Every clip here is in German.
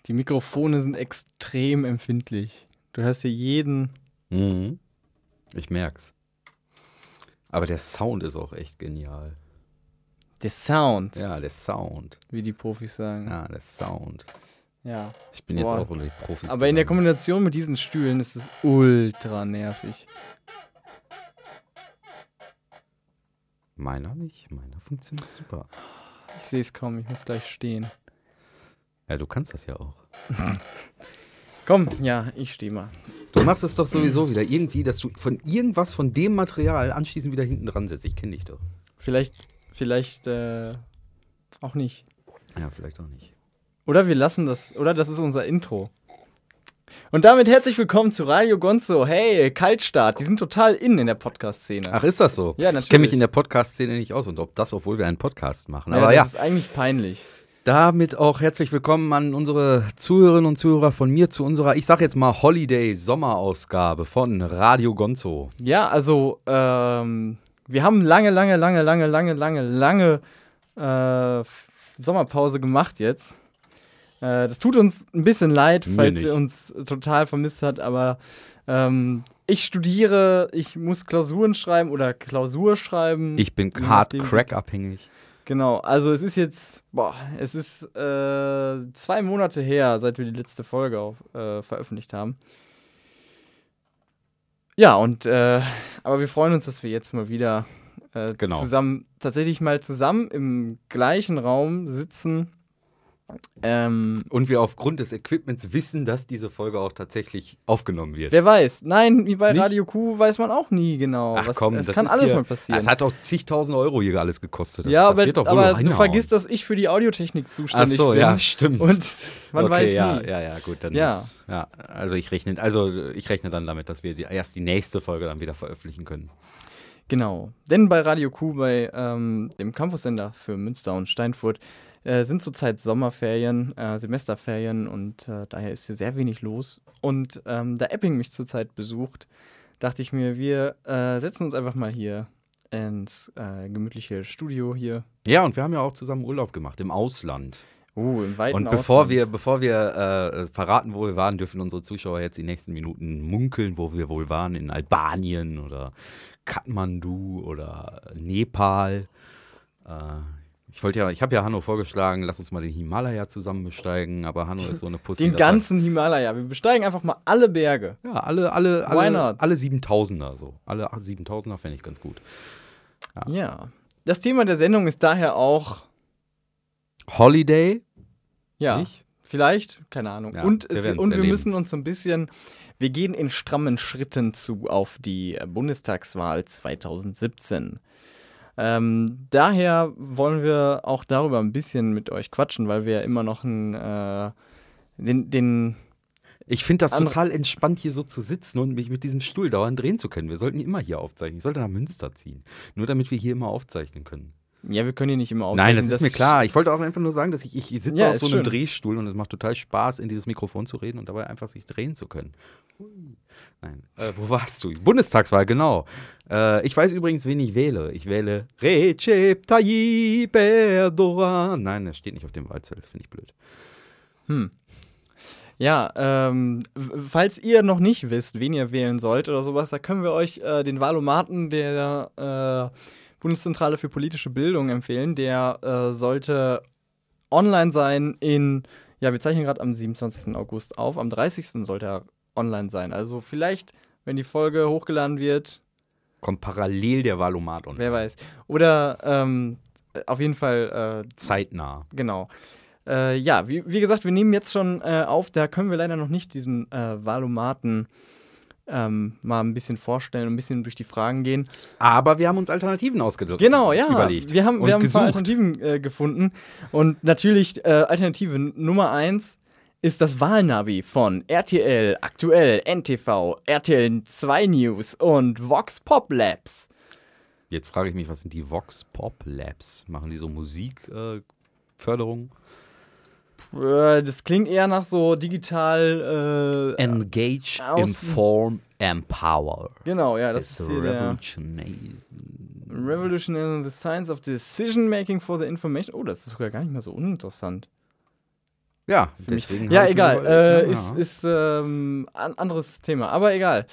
Die Mikrofone sind extrem empfindlich. Du hörst hier jeden. Mhm. Ich merk's. Aber der Sound ist auch echt genial. Der Sound, Ja, der Sound. wie die Profis sagen. Ja, der Sound. Ja. Ich bin jetzt Boah. auch unter die Profis. Aber in der gegangen. Kombination mit diesen Stühlen ist es ultra nervig. Meiner nicht. Meiner funktioniert super. Ich sehe es kaum, ich muss gleich stehen. Ja, du kannst das ja auch. Komm, ja, ich stehe mal. Du machst es doch sowieso wieder irgendwie, dass du von irgendwas von dem Material anschließend wieder hinten dran setzt. Ich kenne dich doch. Vielleicht auch nicht. Ja, vielleicht auch nicht. Oder wir lassen das, oder das ist unser Intro. Und damit herzlich willkommen zu Radio Gonzo. Hey, Kaltstart, die sind total in der Podcast-Szene. Ach, ist das so? Ja, natürlich. Ich kenne mich in der Podcast-Szene nicht aus und obwohl wir einen Podcast machen. Aber das ist eigentlich peinlich. Damit auch herzlich willkommen an unsere Zuhörerinnen und Zuhörer von mir zu unserer, ich sag jetzt mal, Holiday-Sommerausgabe von Radio Gonzo. Ja, also, wir haben lange Sommerpause gemacht jetzt. Das tut uns ein bisschen leid, falls ihr uns total vermisst habt, aber ich studiere, ich muss Klausuren schreiben oder Klausur schreiben. Ich bin hart crack-abhängig. Genau, also es ist jetzt, es ist 2 Monate her, seit wir die letzte Folge veröffentlicht haben. Ja, und aber wir freuen uns, dass wir jetzt mal wieder tatsächlich mal zusammen im gleichen Raum sitzen. Und wir aufgrund des Equipments wissen, dass diese Folge auch tatsächlich aufgenommen wird. Wer weiß. Nein, wie bei Nicht? Radio Q weiß man auch nie genau. Ach komm, das das kann ist alles hier, mal passieren. Das hat auch zigtausend Euro hier alles gekostet. Ja, das wird doch wohl aber du reinhauen. vergisst, dass ich für die Audiotechnik zuständig bin. Ach so, ja, stimmt. Und man weiß nie. Ja, gut, dann Ja. Also ich rechne dann damit, dass wir erst die nächste Folge dann wieder veröffentlichen können. Genau. Denn bei Radio Q, bei dem Campussender für Münster und Steinfurt, sind zurzeit Sommerferien, Semesterferien und daher ist hier sehr wenig los. Und da Epping mich zurzeit besucht, dachte ich mir, wir setzen uns einfach mal hier ins gemütliche Studio hier. Ja, und wir haben ja auch zusammen Urlaub gemacht im Ausland. Im weiten Und Ausland. bevor wir verraten, wo wir waren, dürfen unsere Zuschauer jetzt die nächsten Minuten munkeln, wo wir wohl waren, in Albanien oder Kathmandu oder Nepal. Ich habe ja Hanno vorgeschlagen, lass uns mal den Himalaya zusammen besteigen, aber Hanno ist so eine Pussy. Den ganzen Himalaya. Wir besteigen einfach mal alle Berge. Ja, alle Why not? 7000er so. Alle 7000er fände ich ganz gut. Ja. Das Thema der Sendung ist daher auch Holiday? Ja, Nicht? Vielleicht, keine Ahnung. Ja, und wir wir müssen uns so ein bisschen, wir gehen in strammen Schritten zu auf die Bundestagswahl 2017. Daher wollen wir auch darüber ein bisschen mit euch quatschen, weil wir ja immer noch Ich finde das total entspannt, hier so zu sitzen und mich mit diesem Stuhl dauernd drehen zu können. Wir sollten immer hier aufzeichnen. Ich sollte nach Münster ziehen. Nur damit wir hier immer aufzeichnen können. Ja, wir können hier nicht immer aufzeichnen. Nein, das ist mir klar. Ich wollte auch einfach nur sagen, dass ich sitze Ja, auf so einem schön. Drehstuhl und es macht total Spaß, in dieses Mikrofon zu reden und dabei einfach sich drehen zu können. Nein, wo warst du? Bundestagswahl, genau. Ich weiß übrigens, wen ich wähle. Ich wähle Recep Tayyip Erdogan. Nein, das steht nicht auf dem Wahlzettel. Finde ich blöd. Ja, falls ihr noch nicht wisst, wen ihr wählen sollt oder sowas, da können wir euch den Wahlomaten der Bundeszentrale für politische Bildung empfehlen. Der sollte online sein wir zeichnen gerade am 27. August auf, am 30. sollte er online sein. Also vielleicht, wenn die Folge hochgeladen wird, Kommt parallel der Wahlomat online. wer weiß. Oder auf jeden Fall Zeitnah. genau. Wie gesagt, wir nehmen jetzt schon auf, da können wir leider noch nicht diesen Wahlomaten mal ein bisschen vorstellen und ein bisschen durch die Fragen gehen. Aber wir haben uns Alternativen ausgedacht. Genau, ja. Überlegt. Wir haben ein gesucht. paar Alternativen gefunden. Und natürlich Alternative Nummer 1 ist das Wahlnavi von RTL, Aktuell, NTV, RTL 2 News und Vox Pop Labs. Jetzt frage ich mich, was sind die Vox Pop Labs? Machen die so Musikförderung? Das klingt eher nach so digital Engage, inform, empower. Genau, ja, das ist hier der Revolution Revolution in the Science of Decision Making for the Information. Oh, das ist sogar gar nicht mal so uninteressant. Ja, für mich. deswegen. Ja, hab ich mir egal. überlegt, Ist anderes Thema, aber egal.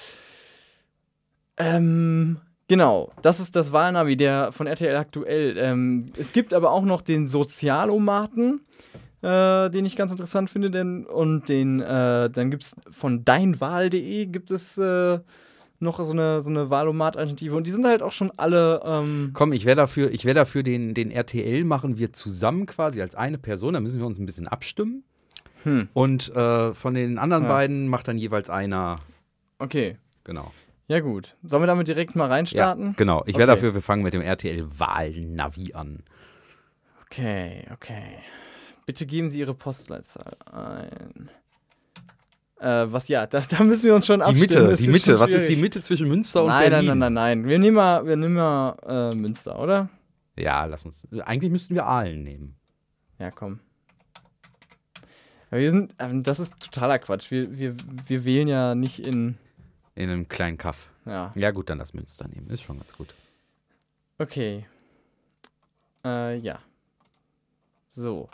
Genau, das ist das Wahlnavi, der von RTL aktuell. Es gibt aber auch noch den Sozialomaten, den ich ganz interessant finde, dann gibt es von deinwahl.de gibt es noch so eine Wahlomat-Alternative und die sind halt auch schon alle. Komm, ich wäre dafür den RTL machen wir zusammen quasi als eine Person, da müssen wir uns ein bisschen abstimmen. Und von den anderen beiden macht dann jeweils einer. Okay. Genau. Ja, gut. Sollen wir damit direkt mal reinstarten? Ja, genau. Ich wäre dafür, wir fangen mit dem RTL-Wahlnavi an. Okay. Bitte geben Sie Ihre Postleitzahl ein. Da müssen wir uns schon abstimmen. Die Mitte. Was ist die Mitte zwischen Münster und Berlin? Nein. Wir nehmen mal Münster, oder? Ja, lass uns. Eigentlich müssten wir Aalen nehmen. Ja, komm. Das ist totaler Quatsch. Wir wählen ja nicht in einem kleinen Kaff. Ja. Ja, gut, dann das Münster nehmen. Ist schon ganz gut. Okay. Ja. So.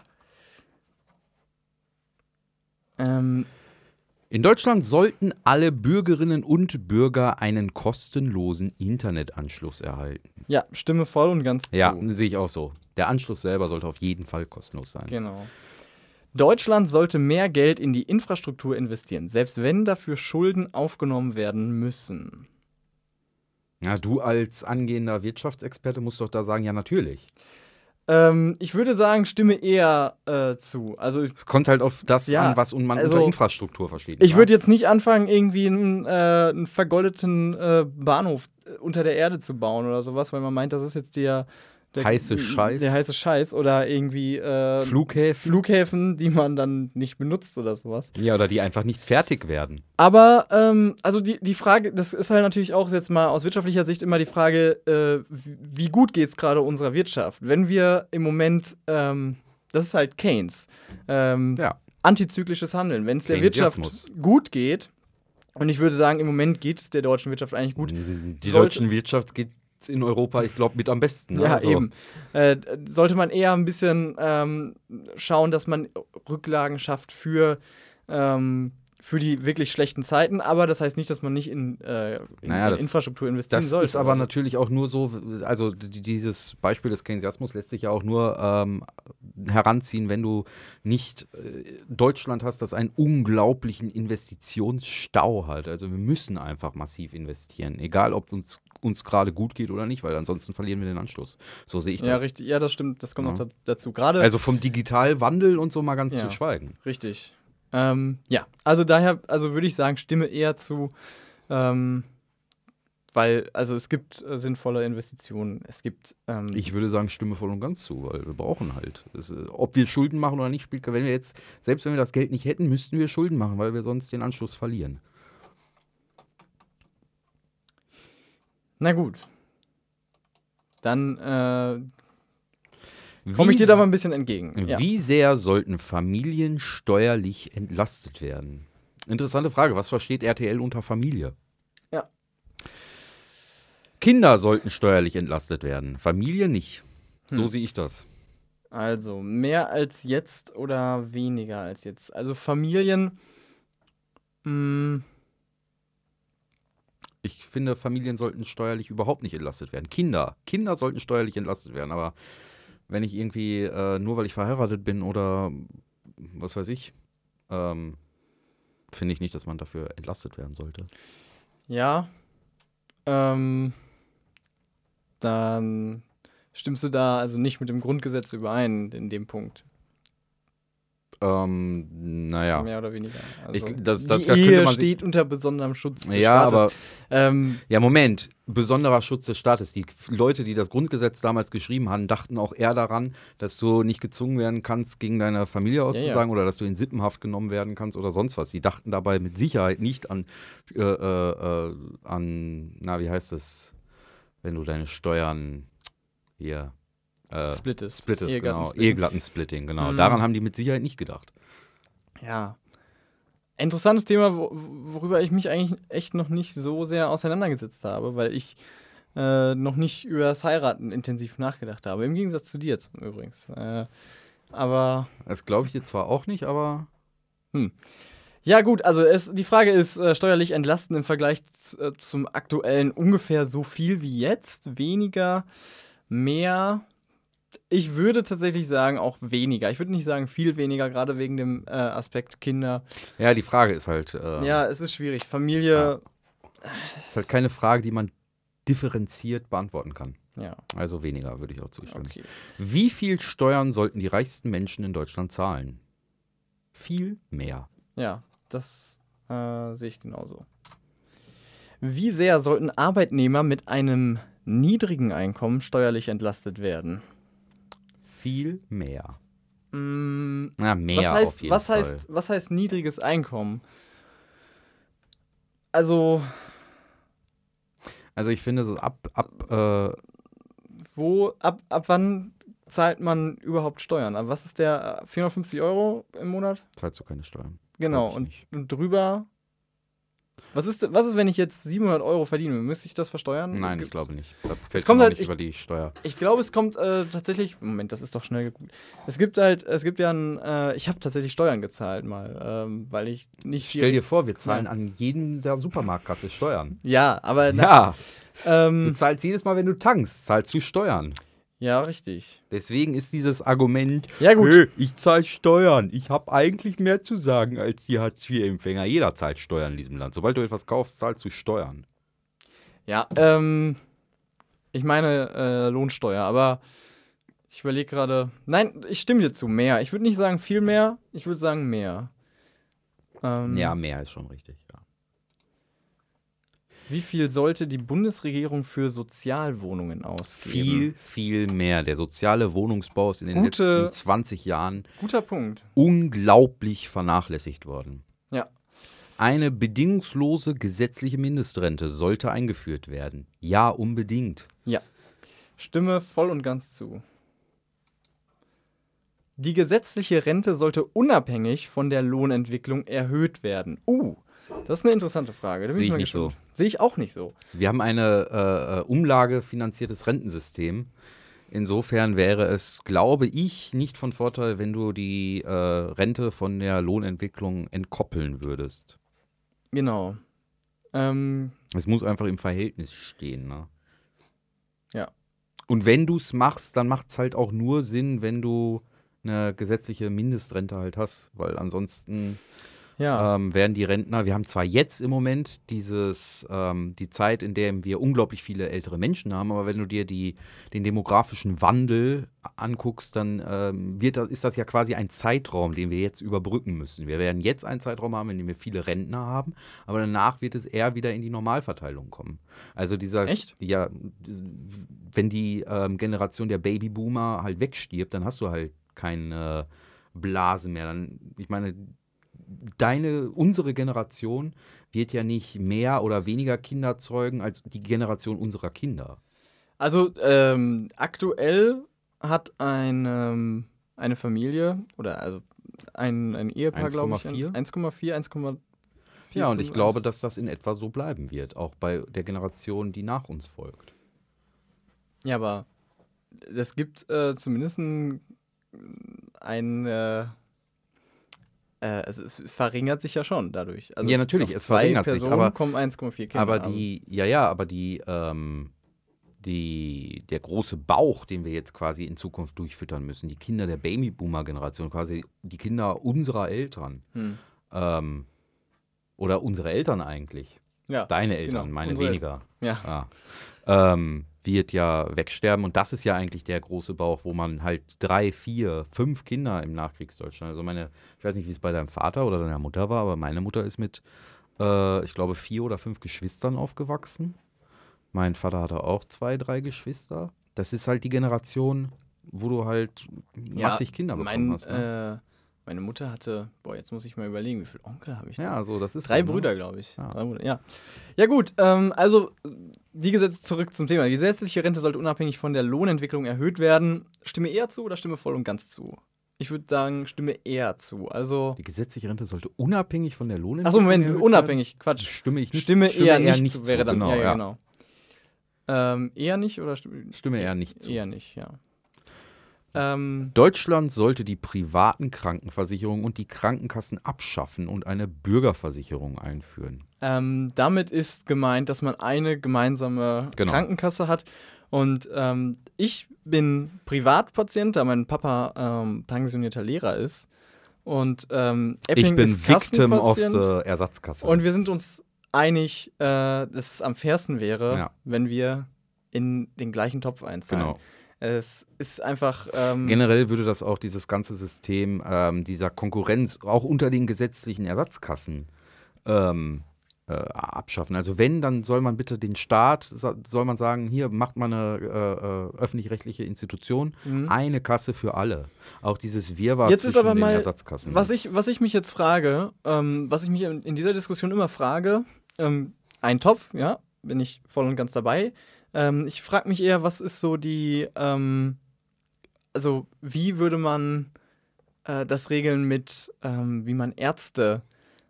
In Deutschland sollten alle Bürgerinnen und Bürger einen kostenlosen Internetanschluss erhalten. Ja, stimme voll und ganz zu. Ja, sehe ich auch so. Der Anschluss selber sollte auf jeden Fall kostenlos sein. Genau. Deutschland sollte mehr Geld in die Infrastruktur investieren, selbst wenn dafür Schulden aufgenommen werden müssen. Ja, du als angehender Wirtschaftsexperte musst doch da sagen, ja, natürlich. Ich würde sagen, stimme eher zu. Also, es kommt halt auf das an, was man unter Infrastruktur versteht. Ich würde jetzt nicht anfangen, irgendwie einen vergoldeten Bahnhof unter der Erde zu bauen oder sowas, weil man meint, das ist jetzt der heiße Scheiß. Der heiße Scheiß oder irgendwie Flughäfen, die man dann nicht benutzt oder sowas. Ja, oder die einfach nicht fertig werden. Aber, also die Frage, das ist halt natürlich auch jetzt mal aus wirtschaftlicher Sicht immer die Frage, wie gut geht es gerade unserer Wirtschaft? Wenn wir im Moment, das ist halt Keynes, antizyklisches Handeln. Wenn es der Wirtschaft gut geht, und ich würde sagen, im Moment geht es der deutschen Wirtschaft eigentlich gut. Die deutschen Wirtschaft geht in Europa, ich glaube, mit am besten. Ne? Ja, also. Eben. Sollte man eher ein bisschen schauen, dass man Rücklagen schafft für die wirklich schlechten Zeiten, aber das heißt nicht, dass man nicht in Infrastruktur investieren sollte. Das ist aber natürlich auch nur so, also dieses Beispiel des Keynesiasmus lässt sich ja auch nur heranziehen, wenn du nicht Deutschland hast, das einen unglaublichen Investitionsstau hat. Also wir müssen einfach massiv investieren, egal ob uns gerade gut geht oder nicht, weil ansonsten verlieren wir den Anschluss. So sehe ich das. Ja, richtig. Ja, das stimmt. Das kommt noch dazu. Also vom Digitalwandel und so mal ganz zu schweigen. Richtig. Ja, also daher, würde ich sagen, stimme eher zu, weil, also es gibt sinnvolle Investitionen, es gibt ich würde sagen, stimme voll und ganz zu, weil wir brauchen halt. Ob wir Schulden machen oder nicht, spielt, selbst wenn wir das Geld nicht hätten, müssten wir Schulden machen, weil wir sonst den Anschluss verlieren. Na gut. Dann, komme ich dir da mal ein bisschen entgegen. Wie sehr sollten Familien steuerlich entlastet werden? Interessante Frage. Was versteht RTL unter Familie? Ja. Kinder sollten steuerlich entlastet werden. Familie nicht. So sehe ich das. Also, mehr als jetzt oder weniger als jetzt? Also, Familien. Ich finde, Familien sollten steuerlich überhaupt nicht entlastet werden. Kinder sollten steuerlich entlastet werden, aber wenn ich irgendwie, nur weil ich verheiratet bin oder was weiß ich, finde ich nicht, dass man dafür entlastet werden sollte. Ja. Dann stimmst du da also nicht mit dem Grundgesetz überein in dem Punkt. Naja. Mehr oder weniger. Also die Ehe steht unter besonderem Schutz des Staates. Aber Moment, besonderer Schutz des Staates. Die Leute, die das Grundgesetz damals geschrieben haben, dachten auch eher daran, dass du nicht gezwungen werden kannst, gegen deine Familie auszusagen oder dass du in Sippenhaft genommen werden kannst oder sonst was. Die dachten dabei mit Sicherheit nicht an wie heißt es, wenn du deine Steuern hier Splittest, genau. Ehegattensplitting, genau. Daran haben die mit Sicherheit nicht gedacht. Ja. Interessantes Thema, worüber ich mich eigentlich echt noch nicht so sehr auseinandergesetzt habe, weil ich noch nicht über das Heiraten intensiv nachgedacht habe. Im Gegensatz zu dir übrigens. Aber Das glaube ich dir zwar auch nicht, aber ja gut, also die Frage ist, steuerlich entlasten im Vergleich zum aktuellen ungefähr so viel wie jetzt, weniger, mehr. Ich würde tatsächlich sagen, auch weniger. Ich würde nicht sagen viel weniger, gerade wegen dem Aspekt Kinder. ja, die Frage ist halt, Ja, es ist schwierig. Familie, ist halt keine Frage, die man differenziert beantworten kann. ja, Also weniger, würde ich auch zustimmen. okay. Wie viel Steuern sollten die reichsten Menschen in Deutschland zahlen? Viel mehr. Ja, das sehe ich genauso. Wie sehr sollten Arbeitnehmer mit einem niedrigen Einkommen steuerlich entlastet werden? Viel mehr. Mm, Na, mehr auf jeden Fall. Was heißt niedriges Einkommen? Also, Also ich finde so ab ab wann zahlt man überhaupt Steuern? Aber was ist der 450 € im Monat? zahlst du keine Steuern. Genau, Glaub ich nicht. und drüber. Was ist, wenn ich jetzt 700 € verdiene? Müsste ich das versteuern? Nein, ich glaube nicht. Da fällt kommt noch halt- nicht über die Steuer. Ich glaube, es kommt tatsächlich. Moment, das ist doch schnell geguckt. Es gibt ja ich habe tatsächlich Steuern gezahlt mal, weil ich nicht. Stell dir vor, wir zahlen an jedem der Supermarktkasse Steuern. Ja, aber. Ja, du Ähm, zahlst jedes Mal, wenn du tankst, zahlst du Steuern. ja, richtig. Deswegen ist dieses Argument, Ja, gut. "Hey, ich zahle Steuern, ich habe eigentlich mehr zu sagen als die Hartz-IV-Empfänger. Jeder zahlt Steuern in diesem Land. Sobald du etwas kaufst, zahlst du Steuern. Ja, ich meine Lohnsteuer, aber ich überlege gerade. Nein, ich stimme dir zu, mehr. Ich würde nicht sagen viel mehr, ich würde sagen mehr. Ja, mehr ist schon richtig. Ja. Wie viel sollte die Bundesregierung für Sozialwohnungen ausgeben? Viel mehr. Der soziale Wohnungsbau ist in den Gute- letzten 20 Jahren Guter Punkt. unglaublich vernachlässigt worden. Ja. Eine bedingungslose gesetzliche Mindestrente sollte eingeführt werden. Ja, unbedingt. Stimme voll und ganz zu. Die gesetzliche Rente sollte unabhängig von der Lohnentwicklung erhöht werden. Das ist eine interessante Frage. Da bin Sehe ich mal nicht so. gespannt. Sehe ich auch nicht so. Wir haben ein umlagefinanziertes Rentensystem. Insofern wäre es, glaube ich, nicht von Vorteil, wenn du die Rente von der Lohnentwicklung entkoppeln würdest. Genau. Es muss einfach im Verhältnis stehen. Ne? Ja. Und wenn du es machst, dann macht es halt auch nur Sinn, wenn du eine gesetzliche Mindestrente halt hast. Weil ansonsten Ja. werden die Rentner, wir haben zwar jetzt im Moment die Zeit, in der wir unglaublich viele ältere Menschen haben, aber wenn du dir den demografischen Wandel anguckst, dann ist das ja quasi ein Zeitraum, den wir jetzt überbrücken müssen. Wir werden jetzt einen Zeitraum haben, in dem wir viele Rentner haben, aber danach wird es eher wieder in die Normalverteilung kommen. Also Echt? Ja, wenn die Generation der Babyboomer halt wegstirbt, dann hast du halt keine Blase mehr. Ich meine, unsere Generation wird ja nicht mehr oder weniger Kinder zeugen als die Generation unserer Kinder. Also aktuell hat eine Familie oder also ein Ehepaar, glaube ich, 1,4? 1,4. Ja, und ich glaube, dass das in etwa so bleiben wird, auch bei der Generation, die nach uns folgt. Ja, aber es gibt zumindest es verringert sich ja schon dadurch. Also Ja, natürlich, auf es zwei verringert sich, Personen aber- kommen 1,4 Kinder. Aber der große Bauch, den wir jetzt quasi in Zukunft durchfüttern müssen, die Kinder der Babyboomer-Generation, quasi die Kinder unserer Eltern, oder unsere Eltern eigentlich, Ja, deine Eltern, genau, meine unsere weniger, ja. wird ja wegsterben. Und das ist ja eigentlich der große Bauch, wo man halt 3, 4, 5 Kinder im Nachkriegsdeutschland, also ich weiß nicht, wie es bei deinem Vater oder deiner Mutter war, aber meine Mutter ist mit, ich glaube, 4 oder 5 Geschwistern aufgewachsen. Mein Vater hatte auch 2, 3 Geschwister. Das ist halt die Generation, wo du halt massig Kinder bekommen hast. Ne? Meine Mutter hatte, jetzt muss ich mal überlegen, wie viele Onkel habe ich denn? Ja, so, das ist 3 so, ne? Brüder, glaube ich. Ja. 3 Brüder, ja. Ja gut, also zurück zum Thema. Die gesetzliche Rente sollte unabhängig von der Lohnentwicklung erhöht werden. Stimme eher zu oder stimme voll und ganz zu? Ich würde sagen, stimme eher zu. Also, Die gesetzliche Rente sollte unabhängig von der Lohnentwicklung achso, Moment, erhöht unabhängig, werden? Quatsch. Stimme Eher nicht zu, wäre dann, genau, ja, genau. Eher nicht oder Stimme eher nicht zu. Eher nicht, ja. Deutschland sollte die privaten Krankenversicherungen und die Krankenkassen abschaffen und eine Bürgerversicherung einführen. Damit ist gemeint, dass man eine gemeinsame Krankenkasse hat. Und ich bin Privatpatient, da mein Papa pensionierter Lehrer ist. Und Epping ich bin ist Victim aus Kassenpatient. der Ersatzkasse. Und wir sind uns einig, dass es am fairsten wäre, wenn wir in den gleichen Topf einzahlen. Genau. Es ist einfach. Generell würde das auch dieses ganze System dieser Konkurrenz auch unter den gesetzlichen Ersatzkassen abschaffen. Also wenn, dann soll man bitte den Staat, soll man sagen, hier macht man eine öffentlich-rechtliche Institution, eine Kasse für alle. Auch dieses Wirrwarr jetzt zwischen ist aber den mal, Ersatzkassen. Was ich mich jetzt frage, was ich mich in dieser Diskussion immer frage, ein Topf, ja, bin ich voll und ganz dabei. Ich frage mich eher, was ist so die, also wie würde man das regeln mit, wie man Ärzte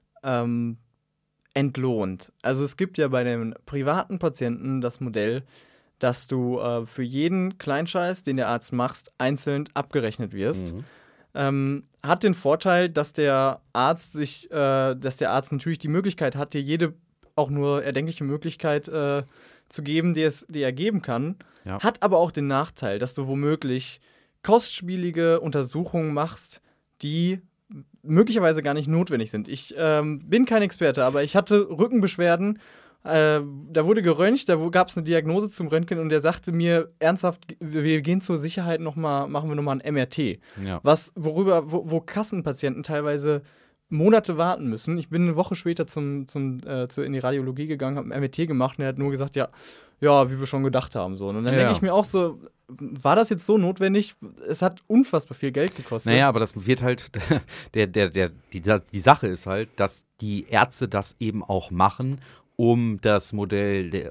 entlohnt. Also es gibt ja bei den privaten Patienten das Modell, dass du für jeden Kleinscheiß, den der Arzt macht, einzeln abgerechnet wirst. Hat den Vorteil, dass der Arzt natürlich die Möglichkeit hat, dir jede auch nur erdenkliche Möglichkeit zu geben, die er geben kann. Ja. Hat aber auch den Nachteil, dass du womöglich kostspielige Untersuchungen machst, die möglicherweise gar nicht notwendig sind. Ich bin kein Experte, aber ich hatte Rückenbeschwerden. Da wurde geröntgt, da gab es eine Diagnose zum Röntgen und der sagte mir ernsthaft, wir gehen zur Sicherheit machen wir nochmal ein MRT. Ja. Wo Kassenpatienten teilweise Monate warten müssen. Ich bin eine Woche später in die Radiologie gegangen, habe ein MRT gemacht und er hat nur gesagt, ja, wie wir schon gedacht haben. So. Und dann denke ich mir auch so, war das jetzt so notwendig? Es hat unfassbar viel Geld gekostet. Naja, aber das wird halt, die Sache ist halt, dass die Ärzte das eben auch machen, um das Modell der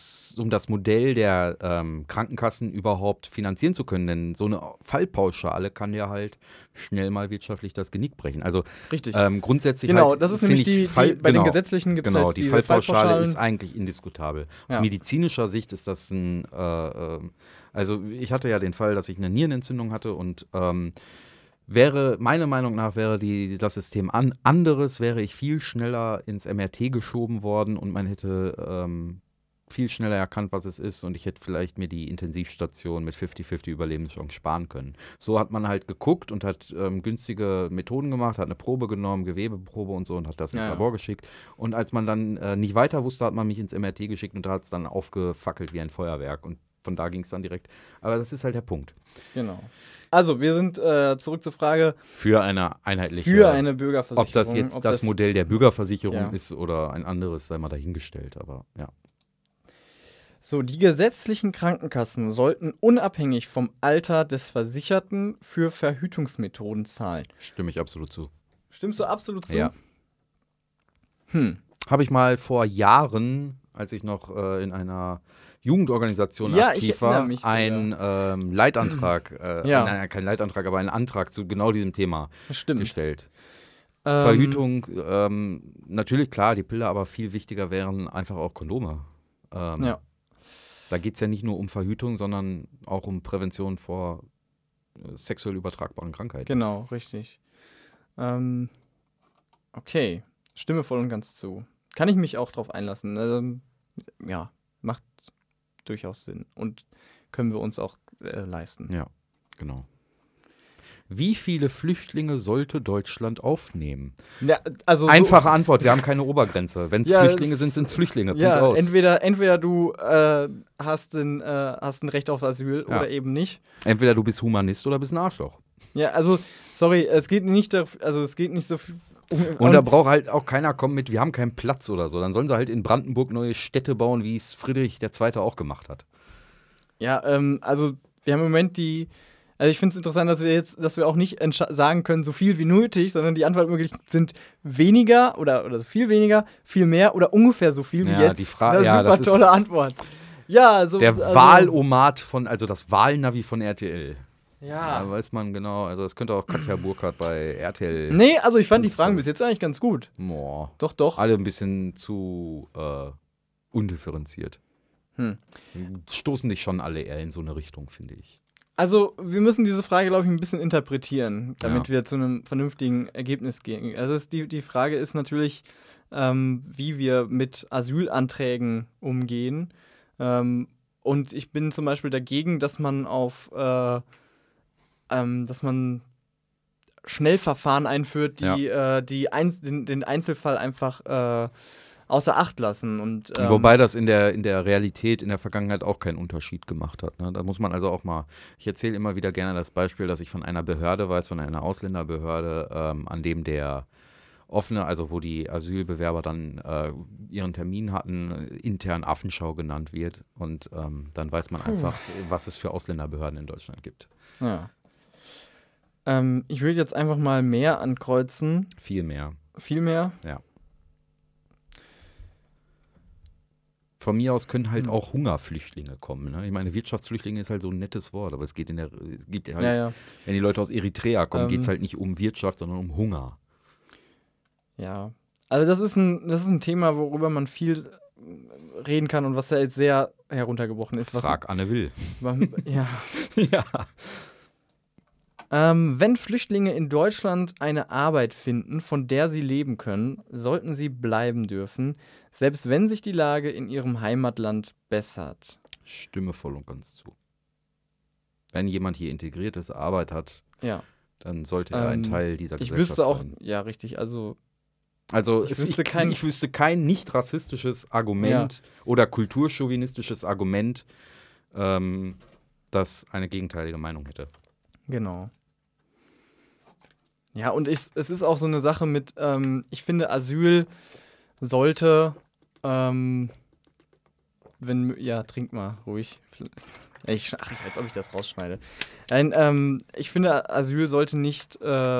Krankenkassen überhaupt finanzieren zu können. Denn so eine Fallpauschale kann ja halt schnell mal wirtschaftlich das Genick brechen. Also richtig. Grundsätzlich genau, halt, das ist nämlich bei den gesetzlichen gibt es halt die Fallpauschale ist eigentlich indiskutabel. Aus medizinischer Sicht ist das also ich hatte ja den Fall, dass ich eine Nierenentzündung hatte und meiner Meinung nach wäre das System anderes, wäre ich viel schneller ins MRT geschoben worden und man hätte viel schneller erkannt, was es ist und ich hätte vielleicht mir die Intensivstation mit 50-50 Überlebenschance sparen können. So hat man halt geguckt und hat günstige Methoden gemacht, hat eine Probe genommen, Gewebeprobe und so und hat das ins Labor geschickt. Und als man dann nicht weiter wusste, hat man mich ins MRT geschickt und da hat es dann aufgefackelt wie ein Feuerwerk und von da ging es dann direkt. Aber das ist halt der Punkt. Genau. Also, wir sind zurück zur Frage. Für eine einheitliche. Für eine Bürgerversicherung. Ob das jetzt das Modell der Bürgerversicherung ist oder ein anderes, sei mal dahingestellt. Aber ja. So, die gesetzlichen Krankenkassen sollten unabhängig vom Alter des Versicherten für Verhütungsmethoden zahlen. Stimme ich absolut zu. Stimmst du absolut zu? Ja. Habe ich mal vor Jahren, als ich noch in einer Jugendorganisation aktiv war, einen Leitantrag, kein Leitantrag, aber einen Antrag zu genau diesem Thema gestellt. Verhütung, natürlich klar, die Pille, aber viel wichtiger wären einfach auch Kondome. Da geht es ja nicht nur um Verhütung, sondern auch um Prävention vor sexuell übertragbaren Krankheiten. Genau, richtig. Okay, stimme voll und ganz zu. Kann ich mich auch drauf einlassen. Macht durchaus Sinn und können wir uns auch leisten. Ja, genau. Wie viele Flüchtlinge sollte Deutschland aufnehmen? Ja, also einfache Antwort, wir haben keine Obergrenze. Wenn es Flüchtlinge sind, sind es Flüchtlinge. Ja, aus. Entweder du hast ein Recht auf Asyl oder eben nicht. Entweder du bist Humanist oder bist ein Arschloch. Ja, also, sorry, es geht nicht so viel. Und da braucht halt auch keiner kommen mit, wir haben keinen Platz oder so. Dann sollen sie halt in Brandenburg neue Städte bauen, wie es Friedrich II. Auch gemacht hat. Ja, also wir haben im Moment also ich finde es interessant, dass wir auch nicht sagen können, so viel wie nötig, sondern die Antwortmöglichkeiten sind weniger oder so viel weniger, viel mehr oder ungefähr so viel wie jetzt. Das ist eine super tolle Antwort. Ja, so, der Wahlomat also das Wahlnavi von RTL. Ja. Da weiß man genau, also das könnte auch Katja Burkhardt bei RTL. Nee, also ich fand die Fragen bis jetzt eigentlich ganz gut. Boah. Doch. Alle ein bisschen zu undifferenziert. Stoßen dich schon alle eher in so eine Richtung, finde ich. Also, wir müssen diese Frage, glaube ich, ein bisschen interpretieren, damit wir zu einem vernünftigen Ergebnis gehen. Also, die Frage ist natürlich, wie wir mit Asylanträgen umgehen. Und ich bin zum Beispiel dagegen, dass man dass man Schnellverfahren einführt, die den Einzelfall einfach außer Acht lassen. Und, wobei das in der Realität in der Vergangenheit auch keinen Unterschied gemacht hat. Ne? Da muss man also auch mal, ich erzähle immer wieder gerne das Beispiel, dass ich von einer Behörde weiß, von einer Ausländerbehörde, an dem der offene, also wo die Asylbewerber dann ihren Termin hatten, intern Affenschau genannt wird. Und dann weiß man einfach, was es für Ausländerbehörden in Deutschland gibt. Ja. Ich würde jetzt einfach mal mehr ankreuzen. Viel mehr. Viel mehr? Ja. Von mir aus können halt auch Hungerflüchtlinge kommen. Ne? Ich meine, Wirtschaftsflüchtlinge ist halt so ein nettes Wort, aber es gibt halt, wenn die Leute aus Eritrea kommen, geht es halt nicht um Wirtschaft, sondern um Hunger. Ja. Also das ist ein Thema, worüber man viel reden kann und was ja jetzt sehr heruntergebrochen ist. Frag Anne Will. Ja. Ja. Wenn Flüchtlinge in Deutschland eine Arbeit finden, von der sie leben können, sollten sie bleiben dürfen, selbst wenn sich die Lage in ihrem Heimatland bessert. Stimme voll und ganz zu. Wenn jemand hier integriert ist, Arbeit hat, dann sollte er ein Teil dieser Gesellschaft sein. Ja, richtig, also ich wüsste kein nicht rassistisches Argument oder kulturchauvinistisches Argument, das eine gegenteilige Meinung hätte. Genau. Ja, und es ist auch so eine Sache mit, ich finde, Asyl sollte, trink mal ruhig. Als ob ich das rausschneide. Nein, ich finde, Asyl sollte nicht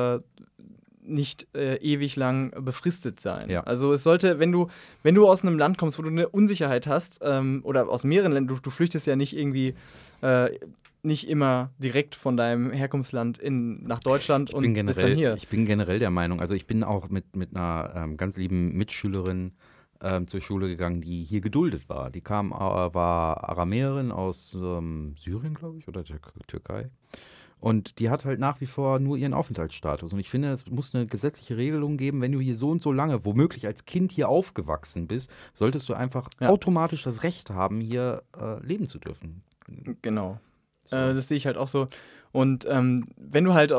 ewig lang befristet sein. Ja. Also es sollte, wenn du aus einem Land kommst, wo du eine Unsicherheit hast, oder aus mehreren Ländern, du flüchtest ja nicht irgendwie nicht immer direkt von deinem Herkunftsland nach Deutschland und bist dann hier. Ich bin generell der Meinung, also ich bin auch mit einer ganz lieben Mitschülerin zur Schule gegangen, die hier geduldet war. Die war Aramäerin aus Syrien, glaube ich, oder Türkei. Und die hat halt nach wie vor nur ihren Aufenthaltsstatus. Und ich finde, es muss eine gesetzliche Regelung geben, wenn du hier so und so lange, womöglich als Kind hier aufgewachsen bist, solltest du einfach automatisch das Recht haben, hier leben zu dürfen. Genau. So. Das sehe ich halt auch so. Und wenn du halt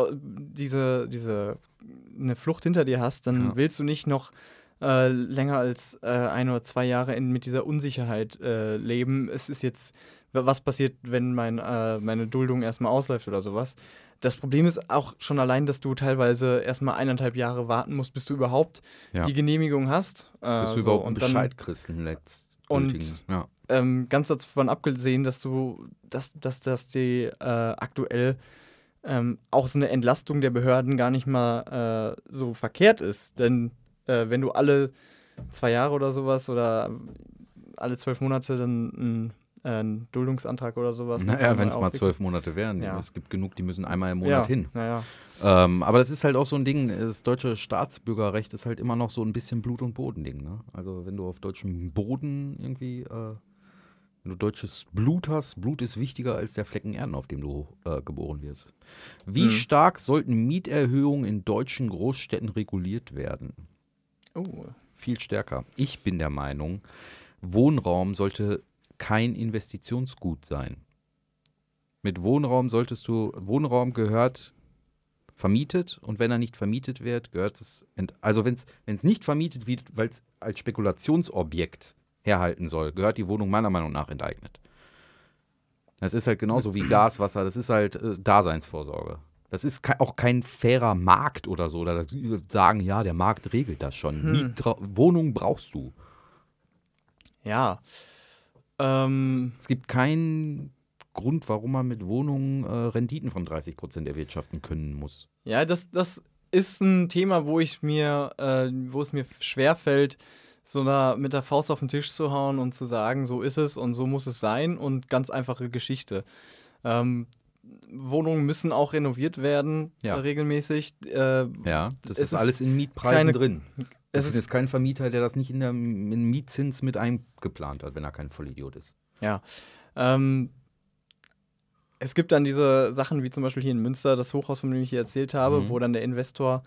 eine Flucht hinter dir hast, dann willst du nicht noch länger als 1 oder 2 Jahre mit dieser Unsicherheit leben. Es ist jetzt, was passiert, wenn meine Duldung erstmal ausläuft oder sowas. Das Problem ist auch schon allein, dass du teilweise erstmal 1,5 Jahre warten musst, bis du überhaupt die Genehmigung hast. Bis du überhaupt einen Bescheid kriegst. Ganz davon abgesehen, dass die aktuell auch so eine Entlastung der Behörden gar nicht mal so verkehrt ist. Denn wenn du alle 2 Jahre oder sowas oder alle 12 Monate dann einen Duldungsantrag oder sowas. Naja, wenn es mal 12 Monate wären. Ja. Es gibt genug, die müssen einmal im Monat hin. Ja. Aber das ist halt auch so ein Ding, das deutsche Staatsbürgerrecht ist halt immer noch so ein bisschen Blut- und Bodending. Ne? Also wenn du auf deutschem Boden irgendwie, wenn du deutsches Blut hast, Blut ist wichtiger als der Flecken Erde, auf dem du geboren wirst. Wie stark sollten Mieterhöhungen in deutschen Großstädten reguliert werden? Viel stärker. Ich bin der Meinung, Wohnraum sollte kein Investitionsgut sein. Mit Wohnraum gehört vermietet und wenn er nicht vermietet wird, gehört es, also wenn es nicht vermietet wird, weil es als Spekulationsobjekt herhalten soll, gehört die Wohnung meiner Meinung nach enteignet. Das ist halt genauso wie Gas, Wasser, das ist halt Daseinsvorsorge. Das ist auch kein fairer Markt oder so. Da sagen, ja, der Markt regelt das schon. Wohnungen brauchst du. Ja. Es gibt keinen Grund, warum man mit Wohnungen Renditen von 30% erwirtschaften können muss. Ja, das ist ein Thema, wo es mir schwerfällt, mit der Faust auf den Tisch zu hauen und zu sagen, so ist es und so muss es sein und ganz einfache Geschichte. Wohnungen müssen auch renoviert werden, regelmäßig. Das ist alles in Mietpreisen drin. Es ist kein Vermieter, der das nicht in Mietzins mit eingeplant hat, wenn er kein Vollidiot ist. Ja. Es gibt dann diese Sachen wie zum Beispiel hier in Münster, das Hochhaus, von dem ich hier erzählt habe, wo dann der Investor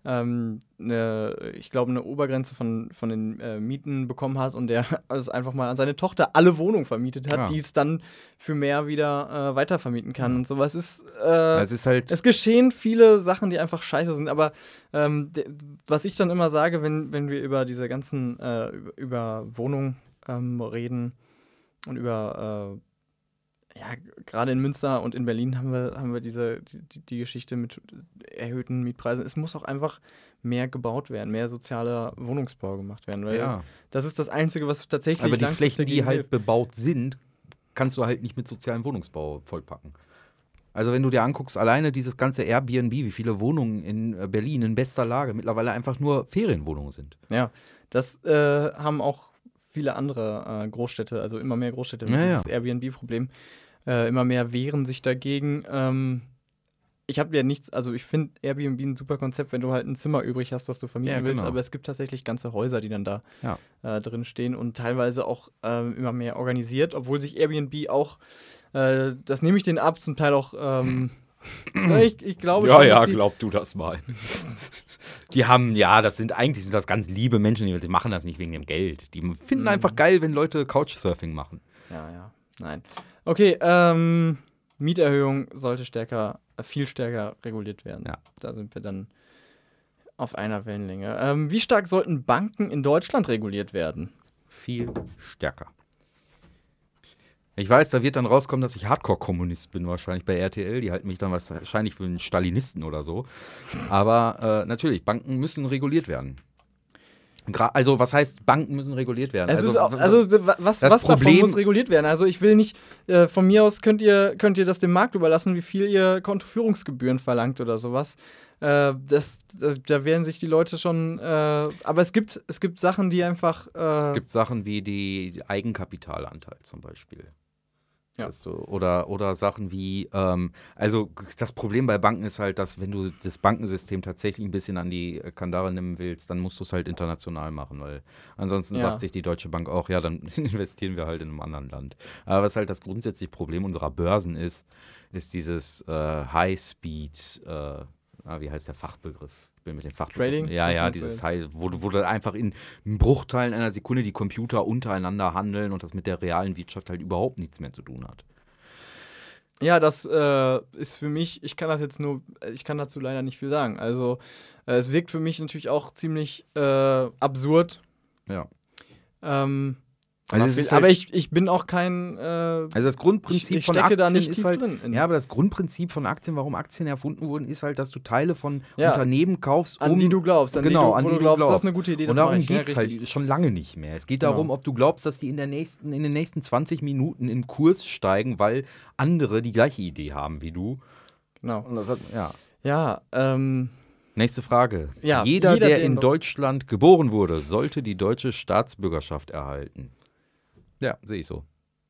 ich glaube, eine Obergrenze von den Mieten bekommen hat und der es einfach mal an seine Tochter alle Wohnungen vermietet hat, Ja. die es dann für mehr wieder weitervermieten kann und sowas. Es ist halt. Es geschehen viele Sachen, die einfach scheiße sind, aber was ich dann immer sage, wenn wir über diese ganzen über Wohnungen reden und über ja, gerade in Münster und in Berlin haben wir die Geschichte mit erhöhten Mietpreisen. Es muss auch einfach mehr gebaut werden, mehr sozialer Wohnungsbau gemacht werden, weil Ja. das ist das Einzige, was tatsächlich Aber die langfristig Flächen, die dagegen halt hilft. bebaut sind, kannst du halt nicht mit sozialem Wohnungsbau vollpacken. Also wenn du dir anguckst, alleine dieses ganze Airbnb, wie viele Wohnungen in Berlin in bester Lage mittlerweile einfach nur Ferienwohnungen sind. Ja, das haben auch viele andere Großstädte, also immer mehr Großstädte, Ja, dieses Airbnb-Problem. Immer mehr wehren sich dagegen. Ich habe ja nichts, also ich finde Airbnb ein super Konzept, wenn du halt ein Zimmer übrig hast, was du vermieten Ja, willst, genau. aber es gibt tatsächlich ganze Häuser, die dann da Ja. drin stehen und teilweise auch immer mehr organisiert, obwohl sich Airbnb auch, das nehme ich denen ab, zum Teil auch, ich glaube schon, dass die, glaub du das mal. Die haben, eigentlich sind das ganz liebe Menschen, die machen das nicht wegen dem Geld. Die finden einfach geil, wenn Leute Couchsurfing machen. Ja, nein. Okay, Mieterhöhung sollte viel stärker reguliert werden. Ja. Da sind wir dann auf einer Wellenlänge. Wie stark sollten Banken in Deutschland reguliert werden? Viel stärker. Ich weiß, da wird dann rauskommen, dass ich Hardcore-Kommunist bin, wahrscheinlich bei RTL. Die halten mich dann wahrscheinlich für einen Stalinisten oder so. Aber natürlich, Banken müssen reguliert werden. Also, was heißt, Banken müssen reguliert werden? Was davon muss reguliert werden? Also, ich will nicht, von mir aus könnt ihr das dem Markt überlassen, wie viel ihr Kontoführungsgebühren verlangt oder sowas. Da werden sich die Leute schon, aber es gibt Sachen, die einfach. Es gibt Sachen wie die Eigenkapitalanteil zum Beispiel. Ja. Also, oder Sachen wie, also das Problem bei Banken ist halt, dass wenn du das Bankensystem tatsächlich ein bisschen an die Kandare nehmen willst, dann musst du es halt international machen, weil ansonsten sagt sich die Deutsche Bank auch, ja, dann investieren wir halt in einem anderen Land. Aber was halt das grundsätzliche Problem unserer Börsen ist dieses High-Speed, wie heißt der Fachbegriff? Ich bin mit dem Fachbegriff. Trading? Ja, dieses High, wo du einfach in Bruchteilen einer Sekunde die Computer untereinander handeln und das mit der realen Wirtschaft halt überhaupt nichts mehr zu tun hat. Ja, das ist für mich, ich kann dazu leider nicht viel sagen. Also, es wirkt für mich natürlich auch ziemlich absurd. Ja. Aber ich bin auch kein. Also das Grundprinzip von stecke Aktien da nicht ist tief halt, drin. ja, aber das Grundprinzip von Aktien, warum Aktien erfunden wurden, ist halt, dass du Teile von Ja. An glaubst, An die du glaubst, wo du glaubst. das ist eine gute Idee. Und Das darum mache ich. geht es Ja, richtig. halt schon lange nicht mehr. Es geht Genau. darum, ob du glaubst, dass die in den nächsten 20 Minuten im Kurs steigen, weil andere die gleiche Idee haben wie du. Genau. Und das hat, ja. Ja, Nächste Frage. Ja, Jeder, der in in Deutschland geboren wurde, sollte die deutsche Staatsbürgerschaft erhalten. Ja, sehe ich so.